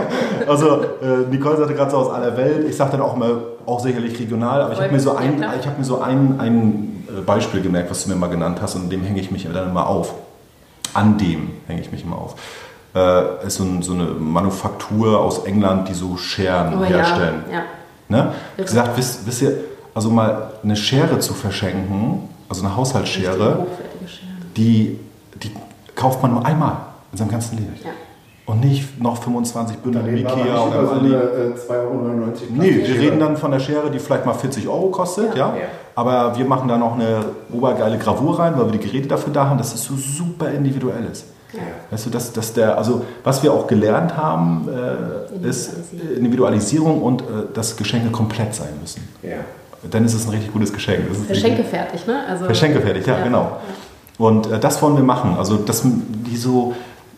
also äh, Nicole sagte gerade so aus aller Welt. Ich sage dann auch immer, auch sicherlich regional, aber ich habe mir so ein, ich hab mir so ein, ein Beispiel gemerkt, was du mir mal genannt hast, und dem hänge ich mich dann immer auf. An dem hänge ich mich immer auf. Äh, ist so, ein, so eine Manufaktur aus England, die so Scheren oh, herstellen. Ja, ja. Ne? Ich habe gesagt, wisst, wisst ihr, also mal eine Schere zu verschenken, also eine Haushaltsschere, die, die kauft man nur einmal in seinem ganzen Leben. Ja. Und nicht noch fünfundzwanzig Bündel Ikea oder so eine äh, zwei Euro neunundneunzig. Nee, wir reden dann von der Schere, die vielleicht mal vierzig Euro kostet, ja. ja. ja. Aber wir machen da noch eine obergeile Gravur rein, weil wir die Geräte dafür da haben, dass es so super individuell ist. Ja. Weißt du, dass, dass der, also was wir auch gelernt haben, äh, ist Individualisierung und äh, dass Geschenke komplett sein müssen. Ja. Dann ist es ein richtig gutes Geschenk. Verschenke fertig, ne? Also, Verschenke fertig, ja, ja. genau. Ja. Und äh, das wollen wir machen. Also, dass die so,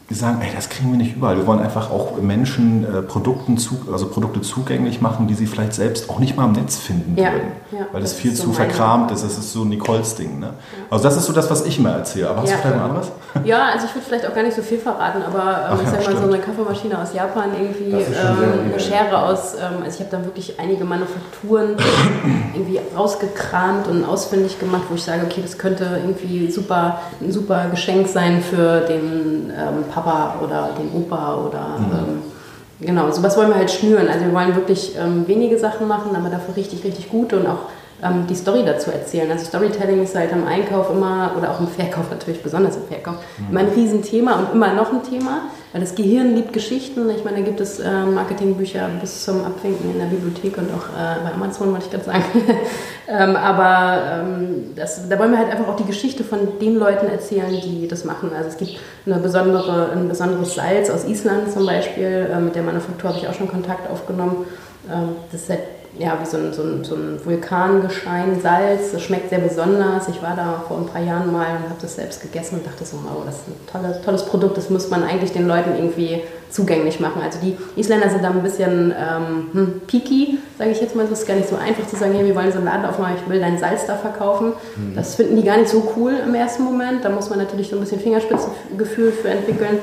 wir sagen, ey, das kriegen wir nicht überall. Wir wollen einfach auch Menschen äh, Produkten zu, also Produkte zugänglich machen, die sie vielleicht selbst auch nicht mal im Netz finden ja, würden. Ja, weil das, das viel so zu verkramt ist. Das ist so Nicoles Ding. Ne? Ja. Also das ist so das, was ich immer erzähle. Aber hast ja. du vielleicht noch anderes? Ja, also ich würde vielleicht auch gar nicht so viel verraten, aber ähm, Ach, ich sag ja, mal so eine Kaffeemaschine aus Japan, irgendwie ähm, eine Schere aus, ähm, also ich habe da wirklich einige Manufakturen irgendwie rausgekramt und ausfindig gemacht, wo ich sage, okay, das könnte irgendwie super, ein super Geschenk sein für den ähm, Papa oder den Opa oder mhm. ähm, genau, sowas wollen wir halt schnüren. Also wir wollen wirklich ähm, wenige Sachen machen, aber dafür richtig, richtig gut und auch ähm, die Story dazu erzählen. Also Storytelling ist halt am Einkauf immer, oder auch im Verkauf natürlich, besonders im Verkauf, mhm. immer ein Riesenthema und immer noch ein Thema, weil das Gehirn liebt Geschichten. Ich meine, da gibt es äh, Marketingbücher bis zum Abwinken in der Bibliothek und auch äh, bei Amazon, wollte ich gerade sagen. ähm, aber ähm, das, da wollen wir halt einfach auch die Geschichte von den Leuten erzählen, die das machen. Also es gibt eine besondere, ein besonderes Salz aus Island zum Beispiel, äh, mit der Manufaktur habe ich auch schon Kontakt aufgenommen. Ähm, das ist halt ja, wie so ein, so ein, so ein Vulkangestein, Salz, das schmeckt sehr besonders. Ich war da vor ein paar Jahren mal und habe das selbst gegessen und dachte so, wow, das ist ein tolles, tolles Produkt, das muss man eigentlich den Leuten irgendwie zugänglich machen. Also die Isländer sind da ein bisschen ähm, hm, picky, sage ich jetzt mal, es ist gar nicht so einfach zu sagen, hey, wir wollen so einen Laden aufmachen, ich will dein Salz da verkaufen. Mhm. Das finden die gar nicht so cool im ersten Moment, da muss man natürlich so ein bisschen Fingerspitzengefühl für entwickeln,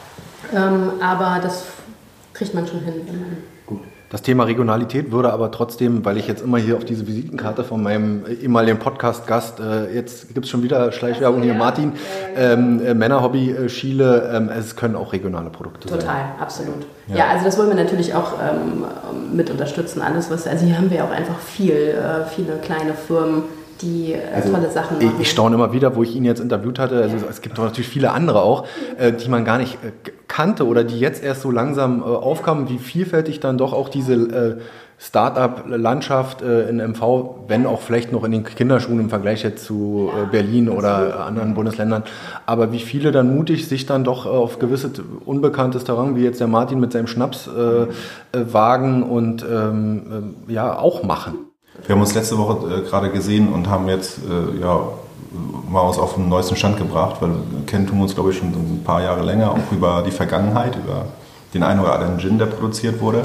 ähm, aber das kriegt man schon hin, wenn man... Das Thema Regionalität würde aber trotzdem, weil ich jetzt immer hier auf diese Visitenkarte von meinem ehemaligen Podcast-Gast, äh, jetzt gibt es schon wieder Schleichwerbung hier, Martin, ähm, äh, Männerhobby, äh, Schiele, ähm, es können auch regionale Produkte Total, sein. Total, absolut. Ja. ja, also das wollen wir natürlich auch ähm, mit unterstützen. Alles, was, also hier haben wir auch einfach viel, äh, viele kleine Firmen, die äh, also tolle Sachen machen. Ich, ich staune immer wieder, wo ich ihn jetzt interviewt hatte, also ja. es gibt doch natürlich viele andere auch, äh, die man gar nicht äh, kannte oder die jetzt erst so langsam äh, aufkamen, wie vielfältig dann doch auch diese äh, Start-up-Landschaft äh, in M V, wenn auch vielleicht noch in den Kinderschuhen im Vergleich jetzt zu äh, Berlin oder äh, anderen Bundesländern, aber wie viele dann mutig sich dann doch äh, auf gewisse unbekanntes Terrain, wie jetzt der Martin mit seinem Schnaps äh, äh, wagen und ähm, äh, ja auch machen. Wir haben uns letzte Woche äh, gerade gesehen und haben jetzt äh, ja, mal uns auf den neuesten Stand gebracht, weil kennen tun wir uns, glaube ich, schon ein paar Jahre länger, auch über die Vergangenheit, über den einen oder anderen Gin, der produziert wurde.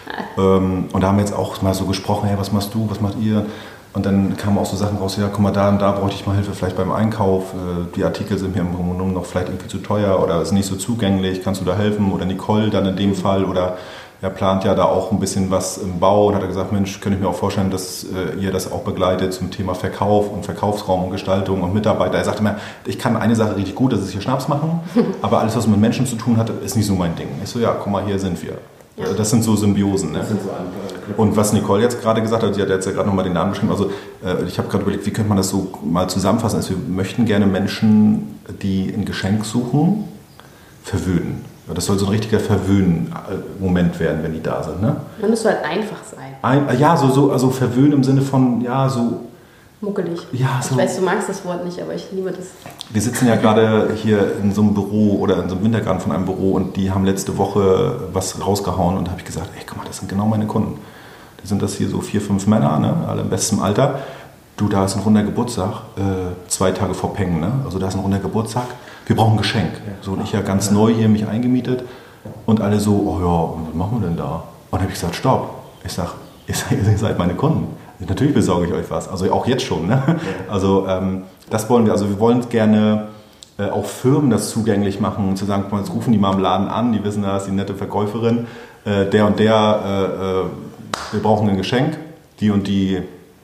Ähm, und da haben wir jetzt auch mal so gesprochen, hey, was machst du, was macht ihr? Und dann kamen auch so Sachen raus, ja, guck mal, da und da bräuchte ich mal Hilfe vielleicht beim Einkauf. Äh, die Artikel sind mir im Grunde genommen noch vielleicht irgendwie zu teuer oder ist nicht so zugänglich, kannst du da helfen? Oder Nicole dann in dem Fall oder... Er plant ja da auch ein bisschen was im Bau und hat gesagt, Mensch, könnte ich mir auch vorstellen, dass äh, ihr das auch begleitet zum Thema Verkauf und Verkaufsraum und Gestaltung und Mitarbeiter. Er sagte mir, ich kann eine Sache richtig gut, das ist hier Schnaps machen, aber alles, was mit Menschen zu tun hat, ist nicht so mein Ding. Ich so, ja, guck mal, hier sind wir. Ja. Das sind so Symbiosen. Ne? Sind so und was Nicole jetzt gerade gesagt hat, sie hat jetzt ja gerade nochmal den Namen beschrieben, also äh, ich habe gerade überlegt, wie könnte man das so mal zusammenfassen? Also wir möchten gerne Menschen, die ein Geschenk suchen, verwöhnen. Das soll so ein richtiger Verwöhnen-Moment werden, wenn die da sind. Ne? Und es soll einfach sein. Ein, ja, so, so also verwöhnen im Sinne von, ja, so... Muckelig. Ja, so. Ich weiß, du magst das Wort nicht, aber ich liebe das. Wir sitzen ja gerade hier in so einem Büro oder in so einem Wintergarten von einem Büro und die haben letzte Woche was rausgehauen und da habe ich gesagt, ey, guck mal, das sind genau meine Kunden. Die sind das hier so vier, fünf Männer, ne? Alle im besten Alter. Du, da ist ein runder Geburtstag, äh, zwei Tage vor Peng, ne? Also da ist ein runder Geburtstag. Wir brauchen ein Geschenk. So, und ich ja ganz neu hier mich eingemietet und alle so, oh ja, was machen wir denn da? Und dann habe ich gesagt, stopp. Ich sage, ihr seid meine Kunden. Natürlich besorge ich euch was. Also auch jetzt schon. Ne? Also ähm, das wollen wir. Also wir wollen gerne äh, auch Firmen das zugänglich machen, zu sagen, jetzt rufen die mal im Laden an, die wissen, da ist die nette Verkäuferin, äh, der und der, äh, äh, wir brauchen ein Geschenk, die und die,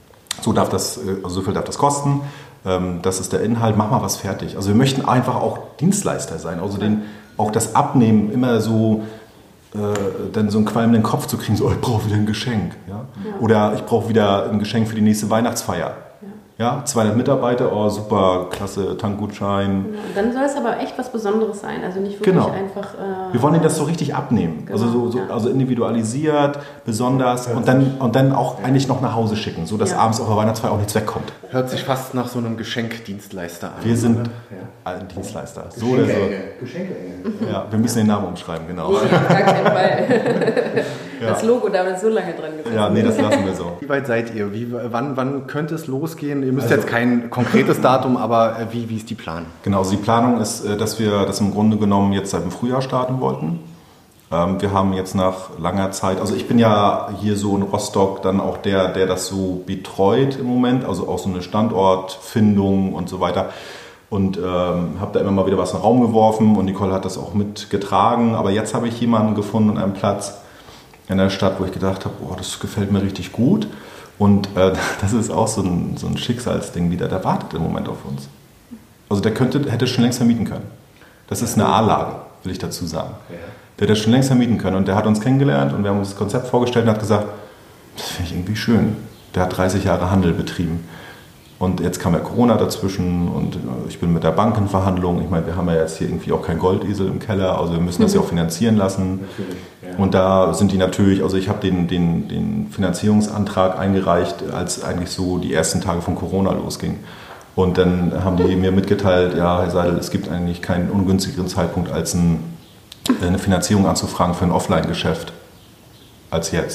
so darf das, also so viel darf das kosten. Das ist der Inhalt, mach mal was fertig. Also wir möchten einfach auch Dienstleister sein, also den, auch das Abnehmen immer so, äh, dann so einen qualmenden Kopf zu kriegen, so, oh, ich brauche wieder ein Geschenk. Ja? Ja. Oder ich brauche wieder ein Geschenk für die nächste Weihnachtsfeier. Ja. Ja? zweihundert Mitarbeiter, oh super, klasse, Tankgutschein. Ja, dann soll es aber echt was Besonderes sein, also nicht wirklich genau. einfach... Äh, wir wollen ihnen das so richtig abnehmen, genau. also, so, so, ja. also individualisiert, besonders und dann, und dann auch ja. eigentlich noch nach Hause schicken, sodass ja. abends auf der Weihnachtsfeier auch nichts wegkommt. Hört sich fast nach so einem Geschenkdienstleister an. Wir sind ja. ein Dienstleister. So oder so. Geschenke. Ja, wir müssen den Namen umschreiben, genau. Nee, auf gar keinen Fall. Ja. Das Logo da ist so lange dran gewesen. Ja, nee, das lassen wir so. Wie weit seid ihr? Wie, wann, wann könnte es losgehen? Ihr müsst also, jetzt kein konkretes Datum, aber wie, wie ist die Planung? Genau, also die Planung ist, dass wir das im Grunde genommen jetzt seit dem Frühjahr starten wollten. Wir haben jetzt nach langer Zeit, also ich bin ja hier so in Rostock dann auch der, der das so betreut im Moment, also auch so eine Standortfindung und so weiter. Und ähm, habe da immer mal wieder was in den Raum geworfen und Nicole hat das auch mitgetragen. Aber jetzt habe ich jemanden gefunden an einem Platz in der Stadt, wo ich gedacht habe, oh, das gefällt mir richtig gut. Und äh, das ist auch so ein, so ein Schicksalsding wieder, der wartet im Moment auf uns. Also der könnte, hätte schon längst vermieten können. Das ist eine A-Lage, will ich dazu sagen. Der hätte schon längst vermieten können und der hat uns kennengelernt und wir haben uns das Konzept vorgestellt und hat gesagt, das finde ich irgendwie schön. Der hat dreißig Jahre Handel betrieben. Und jetzt kam ja Corona dazwischen und ich bin mit der Bank in Verhandlungen. Ich meine, wir haben ja jetzt hier irgendwie auch kein Goldesel im Keller, also wir müssen das ja auch finanzieren lassen. Ja. Und da sind die natürlich, also ich habe den, den, den Finanzierungsantrag eingereicht, als eigentlich so die ersten Tage von Corona losging. Und dann haben die mir mitgeteilt, ja, Herr Seidel, es gibt eigentlich keinen ungünstigeren Zeitpunkt, als ein, eine Finanzierung anzufragen für ein Offline-Geschäft als jetzt.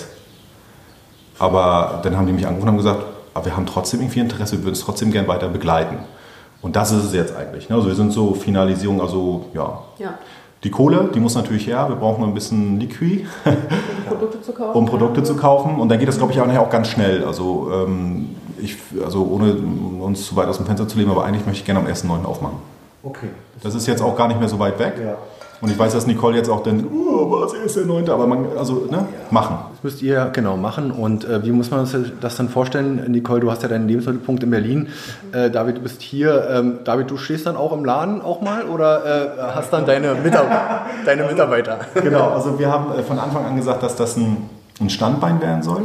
Aber dann haben die mich angerufen und haben gesagt, aber wir haben trotzdem irgendwie Interesse, wir würden es trotzdem gerne weiter begleiten. Und das ist es jetzt eigentlich. Also wir sind so Finalisierung, also ja. ja. Die Kohle, die muss natürlich her, wir brauchen ein bisschen Liquid, um Produkte zu kaufen. um Produkte zu kaufen. Und dann geht das, glaube ich, auch nachher auch ganz schnell. Also, ähm, ich, also ohne uns zu weit aus dem Fenster zu leben, aber eigentlich möchte ich gerne am ersten neunten aufmachen. Okay. Das ist jetzt auch gar nicht mehr so weit weg. Ja. Und ich weiß, dass Nicole jetzt auch denkt, oh, was ist der neunte? Aber man, also, ne, machen. Das müsst ihr genau machen. Und äh, wie muss man das, das dann vorstellen? Nicole, du hast ja deinen Lebensmittelpunkt in Berlin. Äh, David, du bist hier. Ähm, David, du stehst dann auch im Laden auch mal oder äh, hast dann deine, Mitar- deine Mitarbeiter? Genau, also wir haben von Anfang an gesagt, dass das ein, ein Standbein werden soll.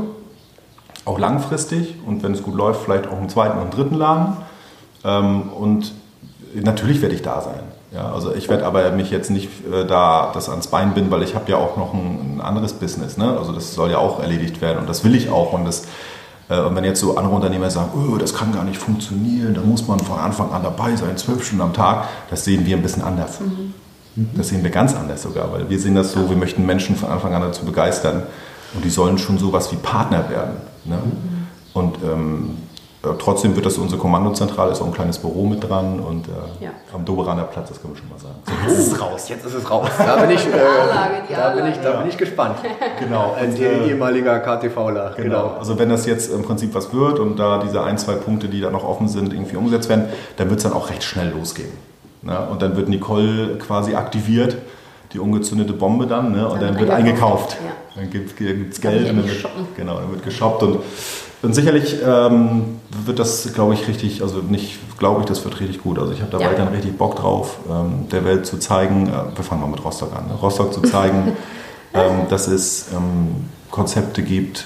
Auch langfristig. Und wenn es gut läuft, vielleicht auch einen zweiten und dritten Laden. Ähm, und natürlich werde ich da sein. Ja, also ich werde aber mich jetzt nicht äh, da das ans Bein binden, weil ich habe ja auch noch ein, ein anderes Business. Ne? Also das soll ja auch erledigt werden und das will ich auch. Und, das, äh, und wenn jetzt so andere Unternehmer sagen, oh, das kann gar nicht funktionieren, da muss man von Anfang an dabei sein, zwölf Stunden am Tag, das sehen wir ein bisschen anders. Mhm. Das sehen wir ganz anders sogar, weil wir sehen das so, wir möchten Menschen von Anfang an dazu begeistern und die sollen schon sowas wie Partner werden. Ne? Mhm. Und ähm, trotzdem wird das unsere Kommandozentrale, ist auch ein kleines Büro mit dran und äh, ja. am Doberaner Platz, das können wir schon mal sagen. So, jetzt ist es raus, jetzt ist es raus. Da bin ich, äh, Anlage, da bin ich, da bin ich gespannt. Genau. Ein äh, ehemaliger KTVler. Genau. genau. Also wenn das jetzt im Prinzip was wird und da diese ein, zwei Punkte, die da noch offen sind, irgendwie umgesetzt werden, dann wird es dann auch recht schnell losgehen. Ne? Und dann wird Nicole quasi aktiviert, die ungezündete Bombe dann, ne? Und dann, dann wird eingekauft. Ja. Dann gibt es Geld und dann wird, genau, dann wird geshoppt und Und sicherlich ähm, wird das, glaube ich, richtig, also nicht, glaube ich, das wird richtig gut. Also ich habe da ja. weiterhin richtig Bock drauf, ähm, der Welt zu zeigen, äh, wir fangen mal mit Rostock an, ne? Rostock zu zeigen, ähm, dass es ähm, Konzepte gibt,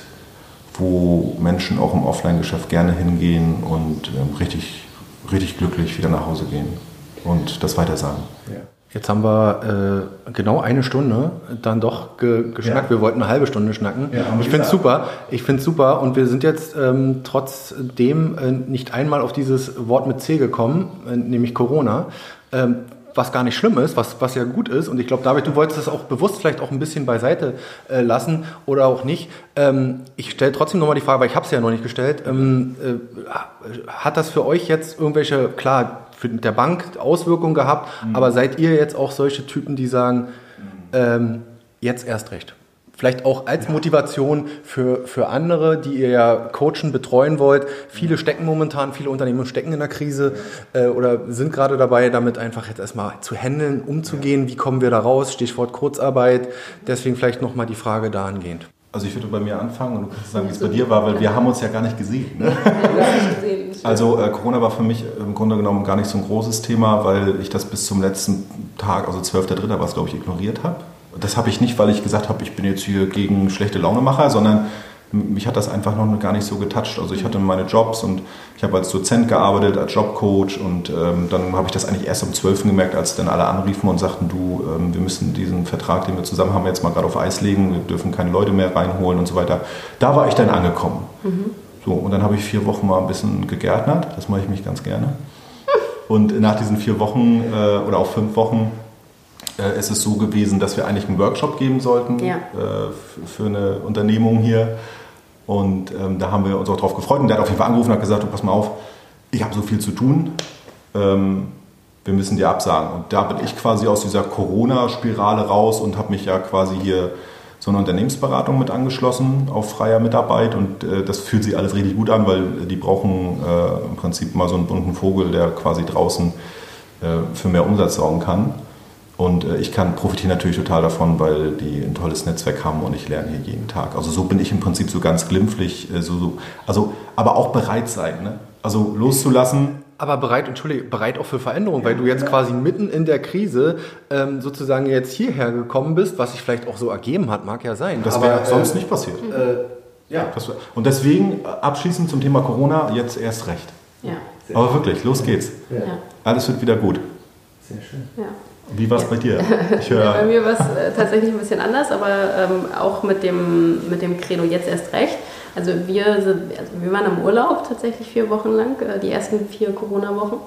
wo Menschen auch im Offline-Geschäft gerne hingehen und ähm, richtig, richtig glücklich wieder nach Hause gehen und das weiter sagen. Ja. Jetzt haben wir äh, genau eine Stunde dann doch ge- geschnackt. Ja. Wir wollten eine halbe Stunde schnacken. Ja, ich finde es super. Ich finde es super. Und wir sind jetzt ähm, trotzdem äh, nicht einmal auf dieses Wort mit C gekommen, äh, nämlich Corona. Ähm, was gar nicht schlimm ist, was, was ja gut ist. Und ich glaube, David, du wolltest das auch bewusst vielleicht auch ein bisschen beiseite äh, lassen oder auch nicht. Ähm, ich stelle trotzdem nochmal die Frage, weil ich habe es ja noch nicht gestellt. Ähm, äh, hat das für euch jetzt irgendwelche, klar, für der Bank Auswirkungen gehabt, mhm. aber seid ihr jetzt auch solche Typen, die sagen, ähm, jetzt erst recht? Vielleicht auch als ja. Motivation für, für andere, die ihr ja coachen, betreuen wollt. Viele stecken momentan, viele Unternehmen stecken in der Krise äh, oder sind gerade dabei, damit einfach jetzt erstmal zu handeln, umzugehen. Ja. Wie kommen wir da raus? Stichwort Kurzarbeit. Deswegen vielleicht nochmal die Frage dahingehend. Also ich würde bei mir anfangen und du kannst sagen, wie es bei dir war, weil wir haben uns ja gar nicht gesehen. Ne? Also äh, Corona war für mich im Grunde genommen gar nicht so ein großes Thema, weil ich das bis zum letzten Tag, also zwölfter dritter war es, glaube ich, ignoriert habe. Das habe ich nicht, weil ich gesagt habe, ich bin jetzt hier gegen schlechte Launemacher, sondern mich hat das einfach noch gar nicht so getoucht. Also ich hatte meine Jobs und ich habe als Dozent gearbeitet, als Jobcoach und ähm, dann habe ich das eigentlich erst am zwölften gemerkt, als dann alle anriefen und sagten, du, ähm, wir müssen diesen Vertrag, den wir zusammen haben, jetzt mal gerade auf Eis legen, wir dürfen keine Leute mehr reinholen und so weiter. Da war ich dann angekommen. Mhm. So, und dann habe ich vier Wochen mal ein bisschen gegärtnert, das mache ich mich ganz gerne. Und nach diesen vier Wochen äh, oder auch fünf Wochen äh, ist es so gewesen, dass wir eigentlich einen Workshop geben sollten ja. äh, f- für eine Unternehmung hier. Und ähm, da haben wir uns auch drauf gefreut. Und der hat auf jeden Fall angerufen und hat gesagt, oh, pass mal auf, ich habe so viel zu tun, ähm, wir müssen dir absagen. Und da bin ich quasi aus dieser Corona-Spirale raus und habe mich ja quasi hier so eine Unternehmensberatung mit angeschlossen auf freier Mitarbeit. Und äh, das fühlt sich alles richtig gut an, weil die brauchen äh, im Prinzip mal so einen bunten Vogel, der quasi draußen äh, für mehr Umsatz sorgen kann. Und äh, ich kann profitiere natürlich total davon, weil die ein tolles Netzwerk haben und ich lerne hier jeden Tag. Also so bin ich im Prinzip so ganz glimpflich, äh, so, so, also, aber auch bereit sein, ne? Also loszulassen. Aber bereit, Entschuldige, bereit auch für Veränderung, weil du jetzt quasi mitten in der Krise ähm, sozusagen jetzt hierher gekommen bist, was sich vielleicht auch so ergeben hat, mag ja sein. Das aber wäre äh, sonst nicht passiert. Äh, ja. Das wär, und deswegen äh, abschließend zum Thema Corona, jetzt erst recht. Ja. Aber wirklich, los geht's. Ja. Alles wird wieder gut. Sehr schön. Ja. Wie war es Ja. bei dir? Ich Ja, bei höre, mir war es äh, tatsächlich ein bisschen anders, aber ähm, auch mit dem, mit dem Credo jetzt erst recht. Also wir, sind, also wir waren im Urlaub tatsächlich vier Wochen lang, äh, die ersten vier Corona-Wochen.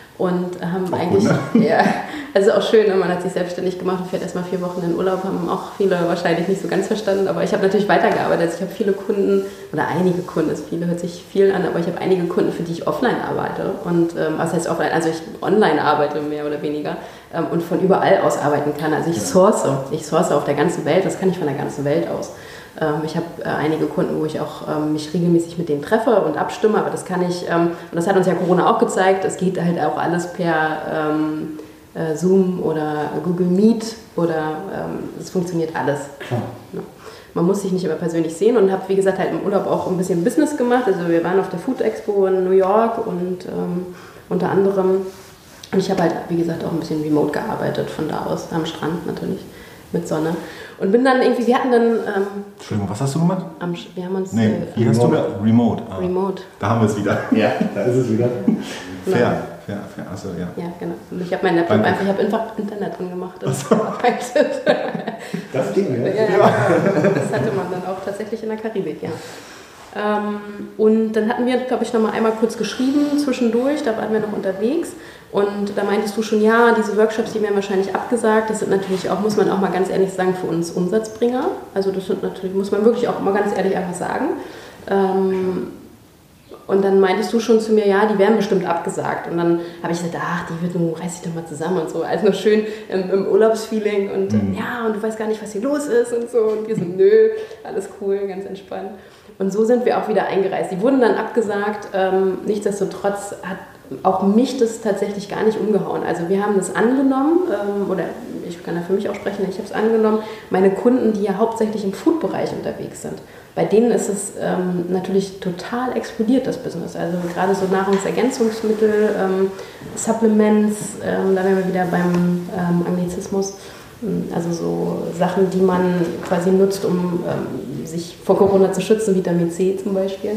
Und haben auch eigentlich, gut, ne? ja, also auch schön, man hat sich selbstständig gemacht und fährt erstmal vier Wochen in Urlaub, haben auch viele wahrscheinlich nicht so ganz verstanden, aber ich habe natürlich weitergearbeitet. Also ich habe viele Kunden, oder einige Kunden, also viele hört sich viel an, aber ich habe einige Kunden, für die ich offline arbeite. Und ähm, was heißt offline? Also ich online arbeite mehr oder weniger ähm, und von überall aus arbeiten kann. Also ich source, ich source auf der ganzen Welt, das kann ich von der ganzen Welt aus. Ich habe äh, einige Kunden, wo ich auch ähm, mich regelmäßig mit denen treffe und abstimme, aber das kann ich, ähm, und das hat uns ja Corona auch gezeigt, es geht halt auch alles per ähm, äh, Zoom oder Google Meet oder es ähm, funktioniert alles. Klar. Ja. Man muss sich nicht immer persönlich sehen und habe, wie gesagt, halt im Urlaub auch ein bisschen Business gemacht. Also wir waren auf der Food Expo in New York und ähm, unter anderem, und ich habe halt, wie gesagt, auch ein bisschen remote gearbeitet von da aus, am Strand natürlich, mit Sonne. Und bin dann irgendwie, wir hatten dann... Ähm, Entschuldigung, was hast du gemacht? am, wir haben uns... Nee, äh, wie hast du da? Remote. Ah, Remote. Da haben wir es wieder. Ja, da ist es wieder. Fair, fair, fair. Achso, ja. Ja, genau. Und ich habe meinen Laptop Danke. einfach, ich habe einfach Internet angemacht und gearbeitet. Das ging, ja. Ja, ja. Das hatte man dann auch tatsächlich in der Karibik, ja. Ähm, und dann hatten wir, glaube ich, noch mal einmal kurz geschrieben zwischendurch, da waren wir noch unterwegs. Und da meintest du schon, ja, diese Workshops, die werden wahrscheinlich abgesagt. Das sind natürlich auch, muss man auch mal ganz ehrlich sagen, für uns Umsatzbringer. Also das sind natürlich, muss man wirklich auch mal ganz ehrlich einfach sagen. Ähm, und dann meintest du schon zu mir, ja, die werden bestimmt abgesagt. Und dann habe ich gesagt, ach, die wird nun, reiß dich doch mal zusammen und so. Also nur schön im, im Urlaubsfeeling und Mhm. ja, und du weißt gar nicht, was hier los ist und so. Und wir so, nö, alles cool, ganz entspannt. Und so sind wir auch wieder eingereist. Die wurden dann abgesagt. Ähm, nichtsdestotrotz hat auch mich das tatsächlich gar nicht umgehauen. Also wir haben das angenommen, ähm, oder ich kann ja für mich auch sprechen, ich habe es angenommen, meine Kunden, die ja hauptsächlich im Food-Bereich unterwegs sind, bei denen ist es ähm, natürlich total explodiert, das Business. Also gerade so Nahrungsergänzungsmittel, ähm, Supplements, ähm, da wären wir wieder beim ähm, Anglizismus, also so Sachen, die man quasi nutzt, um ähm, sich vor Corona zu schützen, Vitamin C zum Beispiel,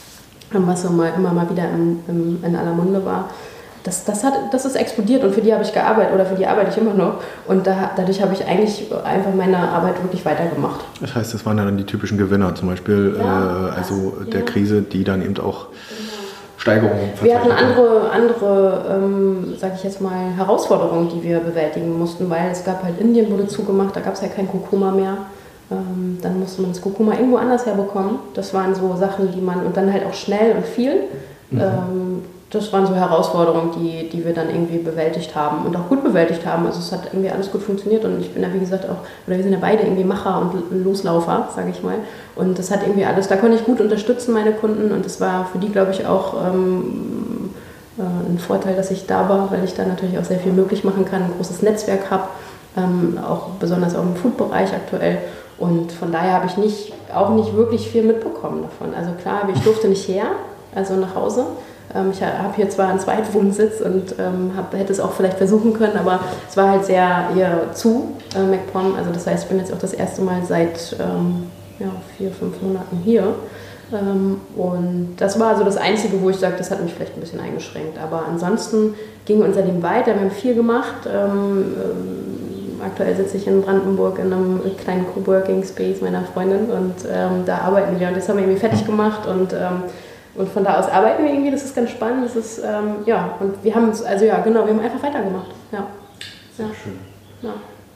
was so mal, immer mal wieder im, im, in aller Munde war. Das, das, hat, das ist explodiert und für die habe ich gearbeitet oder für die arbeite ich immer noch. Und da, dadurch habe ich eigentlich einfach meine Arbeit wirklich weitergemacht. Das heißt, das waren dann die typischen Gewinner, zum Beispiel Ja, äh, also das, der ja. Krise, die dann eben auch Steigerungen Wir hatten verzeichnet haben. andere, andere ähm, sage ich jetzt mal, Herausforderungen, die wir bewältigen mussten, weil es gab halt, Indien wurde zugemacht, da gab es ja kein Kurkuma mehr. Ähm, dann musste man das Kurkuma irgendwo anders herbekommen. Das waren so Sachen, die man, und dann halt auch schnell und viel. Mhm. Ähm, das waren so Herausforderungen, die, die wir dann irgendwie bewältigt haben und auch gut bewältigt haben. Also es hat irgendwie alles gut funktioniert und ich bin ja, wie gesagt, auch, oder wir sind ja beide irgendwie Macher und Loslaufer, sage ich mal. Und das hat irgendwie alles, da konnte ich gut unterstützen, meine Kunden, und das war für die, glaube ich, auch ähm, äh, ein Vorteil, dass ich da war, weil ich da natürlich auch sehr viel möglich machen kann, ein großes Netzwerk habe, ähm, auch besonders auch im Food-Bereich aktuell. Und von daher habe ich nicht, auch nicht wirklich viel mitbekommen davon. Also klar, ich durfte nicht her, also nach Hause. Ich habe hier zwar einen Zweitwohnsitz und ähm, hab, hätte es auch vielleicht versuchen können, aber es war halt sehr eher zu, äh, MacPom. Also das heißt, ich bin jetzt auch das erste Mal seit ähm, ja, vier, fünf Monaten hier. Ähm, und das war also das Einzige, wo ich sage, das hat mich vielleicht ein bisschen eingeschränkt. Aber ansonsten ging unser Leben weiter, wir haben viel gemacht. Ähm, ähm, aktuell sitze ich in Brandenburg in einem kleinen Coworking Space meiner Freundin und ähm, da arbeiten wir. Und das haben wir irgendwie fertig gemacht und ähm, Und von da aus arbeiten wir irgendwie, das ist ganz spannend, das ist, ähm, ja, und wir haben, also ja, genau, wir haben einfach weitergemacht, ja. Sehr ja. schön. Ja.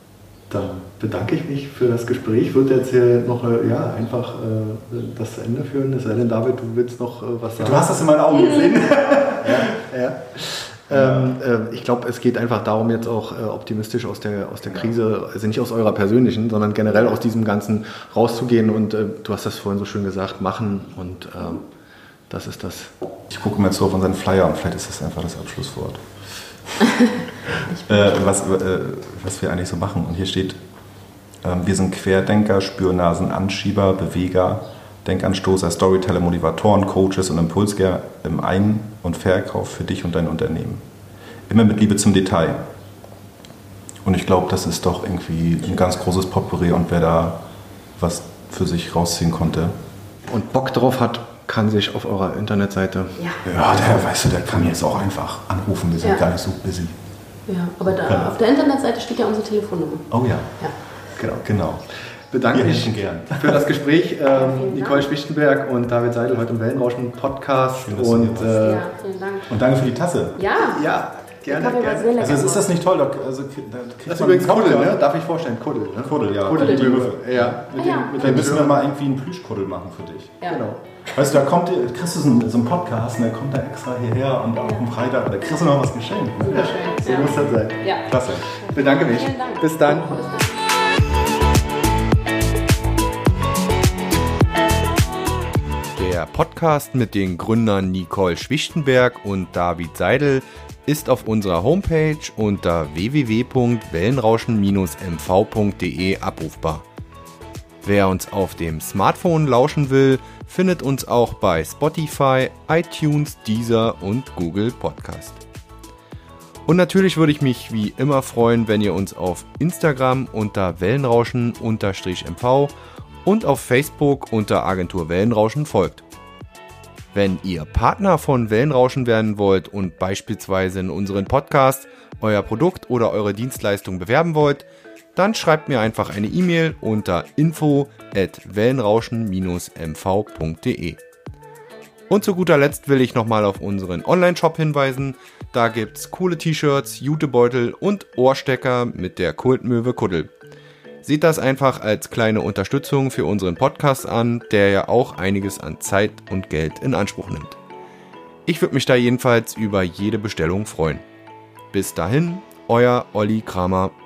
Dann bedanke ich mich für das Gespräch. Ich würde jetzt hier noch äh, ja, einfach äh, das zu Ende führen. Es sei denn, David, du willst noch äh, was sagen? Du hast das in meinen Augen gesehen. ja, ja. Ähm, äh, ich glaube, es geht einfach darum, jetzt auch äh, optimistisch aus der, aus der Krise, also nicht aus eurer persönlichen, sondern generell aus diesem Ganzen rauszugehen. Und äh, du hast das vorhin so schön gesagt, machen. Und äh, das ist das. Ich gucke mir jetzt so auf unseren Flyer und vielleicht ist das einfach das Abschlusswort. äh, was, äh, was wir eigentlich so machen. Und hier steht, äh, wir sind Querdenker, Spürnasen, Anschieber, Beweger, Denkanstoßer, Storyteller, Motivatoren, Coaches und Impulsgeber im Ein- und Verkauf für dich und dein Unternehmen. Immer mit Liebe zum Detail. Und ich glaube, das ist doch irgendwie ein ganz großes Potpourri und wer da was für sich rausziehen konnte. Und Bock drauf hat, kann sich auf eurer Internetseite... Ja, Ja, der, weißt du, der kann jetzt auch einfach anrufen, wir sind Ja. gar nicht so busy. ja aber da, Ja. auf der Internetseite steht ja unsere Telefonnummer. Oh ja, Ja. genau. genau. Bedanke Wir mich helfen gern. für das Gespräch. Ähm, Vielen Nicole Dank. Schwichtenberg und David Seidel heute im Wellenrauschen-Podcast. Schön, dass du Und hier äh, Ja, vielen Dank. Und danke für die Tasse. Ja, ja, der gerne, Kaffee war gerne. sehr lecker. Also ist das nicht toll? Da, also, da kriegt Das ist man übrigens einen Kuddel, Zauber. ne? Darf ich vorstellen? Kuddel, ne? Kuddel, ja. Kuddel, die Möwe. Ja, mit Ah, ja. dem, mit Dann dem müssen wir mal irgendwie einen Plüschkuddel machen für dich. Ja. Genau. Weißt du, da kommt, kriegst du so einen, so einen Podcast und der kommt da extra hierher und auf dem Freitag, da kriegst du noch was geschenkt. Super schön. So ja. muss das sein. Ja. Klasse. Ich bedanke mich. Vielen Dank. Bis dann. Bis dann. Der Podcast mit den Gründern Nicole Schwichtenberg und David Seidel ist auf unserer Homepage unter w w w punkt wellenrauschen Bindestrich m v punkt d e abrufbar. Wer uns auf dem Smartphone lauschen will, findet uns auch bei Spotify, iTunes, Deezer und Google Podcast. Und natürlich würde ich mich wie immer freuen, wenn ihr uns auf Instagram unter wellenrauschen-m v und auf Facebook unter Agentur Wellenrauschen folgt. Wenn ihr Partner von Wellenrauschen werden wollt und beispielsweise in unseren Podcast euer Produkt oder eure Dienstleistung bewerben wollt, dann schreibt mir einfach eine E-Mail unter info at wellenrauschen Bindestrich m v punkt d e. Und zu guter Letzt will ich nochmal auf unseren Online-Shop hinweisen. Da gibt's coole T-Shirts, Jutebeutel und Ohrstecker mit der Kultmöwe Kuddel. Seht das einfach als kleine Unterstützung für unseren Podcast an, der ja auch einiges an Zeit und Geld in Anspruch nimmt. Ich würde mich da jedenfalls über jede Bestellung freuen. Bis dahin, euer Olli Kramer.